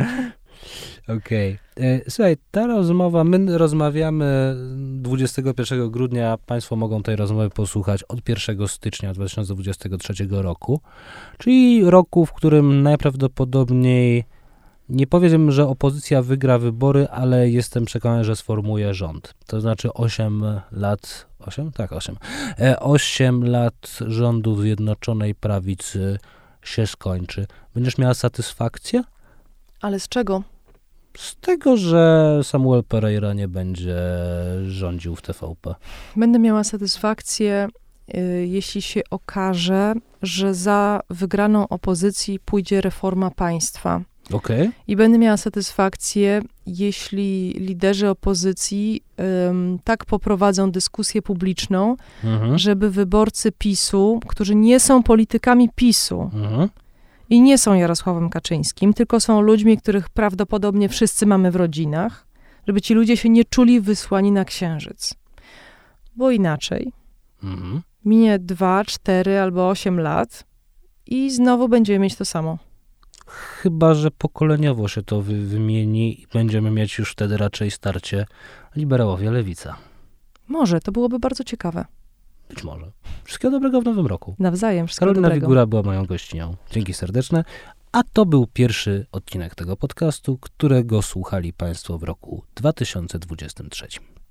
Okej. Okay. Słuchaj, ta rozmowa, my rozmawiamy dwudziestego pierwszego grudnia, państwo mogą tej rozmowy posłuchać od pierwszego stycznia dwa tysiące dwudziestego trzeciego roku, czyli roku, w którym najprawdopodobniej, nie powiem, że opozycja wygra wybory, ale jestem przekonany, że sformuje rząd. To znaczy osiem lat, osiem? Tak, osiem. osiem lat rządu Zjednoczonej Prawicy się skończy. Będziesz miała satysfakcję? Ale z czego? Z tego, że Samuel Pereira nie będzie rządził w T V P. Będę miała satysfakcję, y, jeśli się okaże, że za wygraną opozycji pójdzie reforma państwa. Okay. I będę miała satysfakcję, jeśli liderzy opozycji um, tak poprowadzą dyskusję publiczną, mhm. żeby wyborcy PiSu, którzy nie są politykami PiSu mhm. i nie są Jarosławem Kaczyńskim, tylko są ludźmi, których prawdopodobnie wszyscy mamy w rodzinach, żeby ci ludzie się nie czuli wysłani na księżyc. Bo inaczej mhm. minie dwa, cztery albo osiem lat i znowu będziemy mieć to samo. Chyba że pokoleniowo się to wy, wymieni i będziemy mieć już wtedy raczej starcie liberałowie-lewica. Może, to byłoby bardzo ciekawe. Być może. Wszystkiego dobrego w nowym roku. Nawzajem, wszystkiego Karolina dobrego. Wigura była moją gościnią. Dzięki serdeczne. A to był pierwszy odcinek tego podcastu, którego słuchali Państwo w roku dwa tysiące dwudziestym trzecim.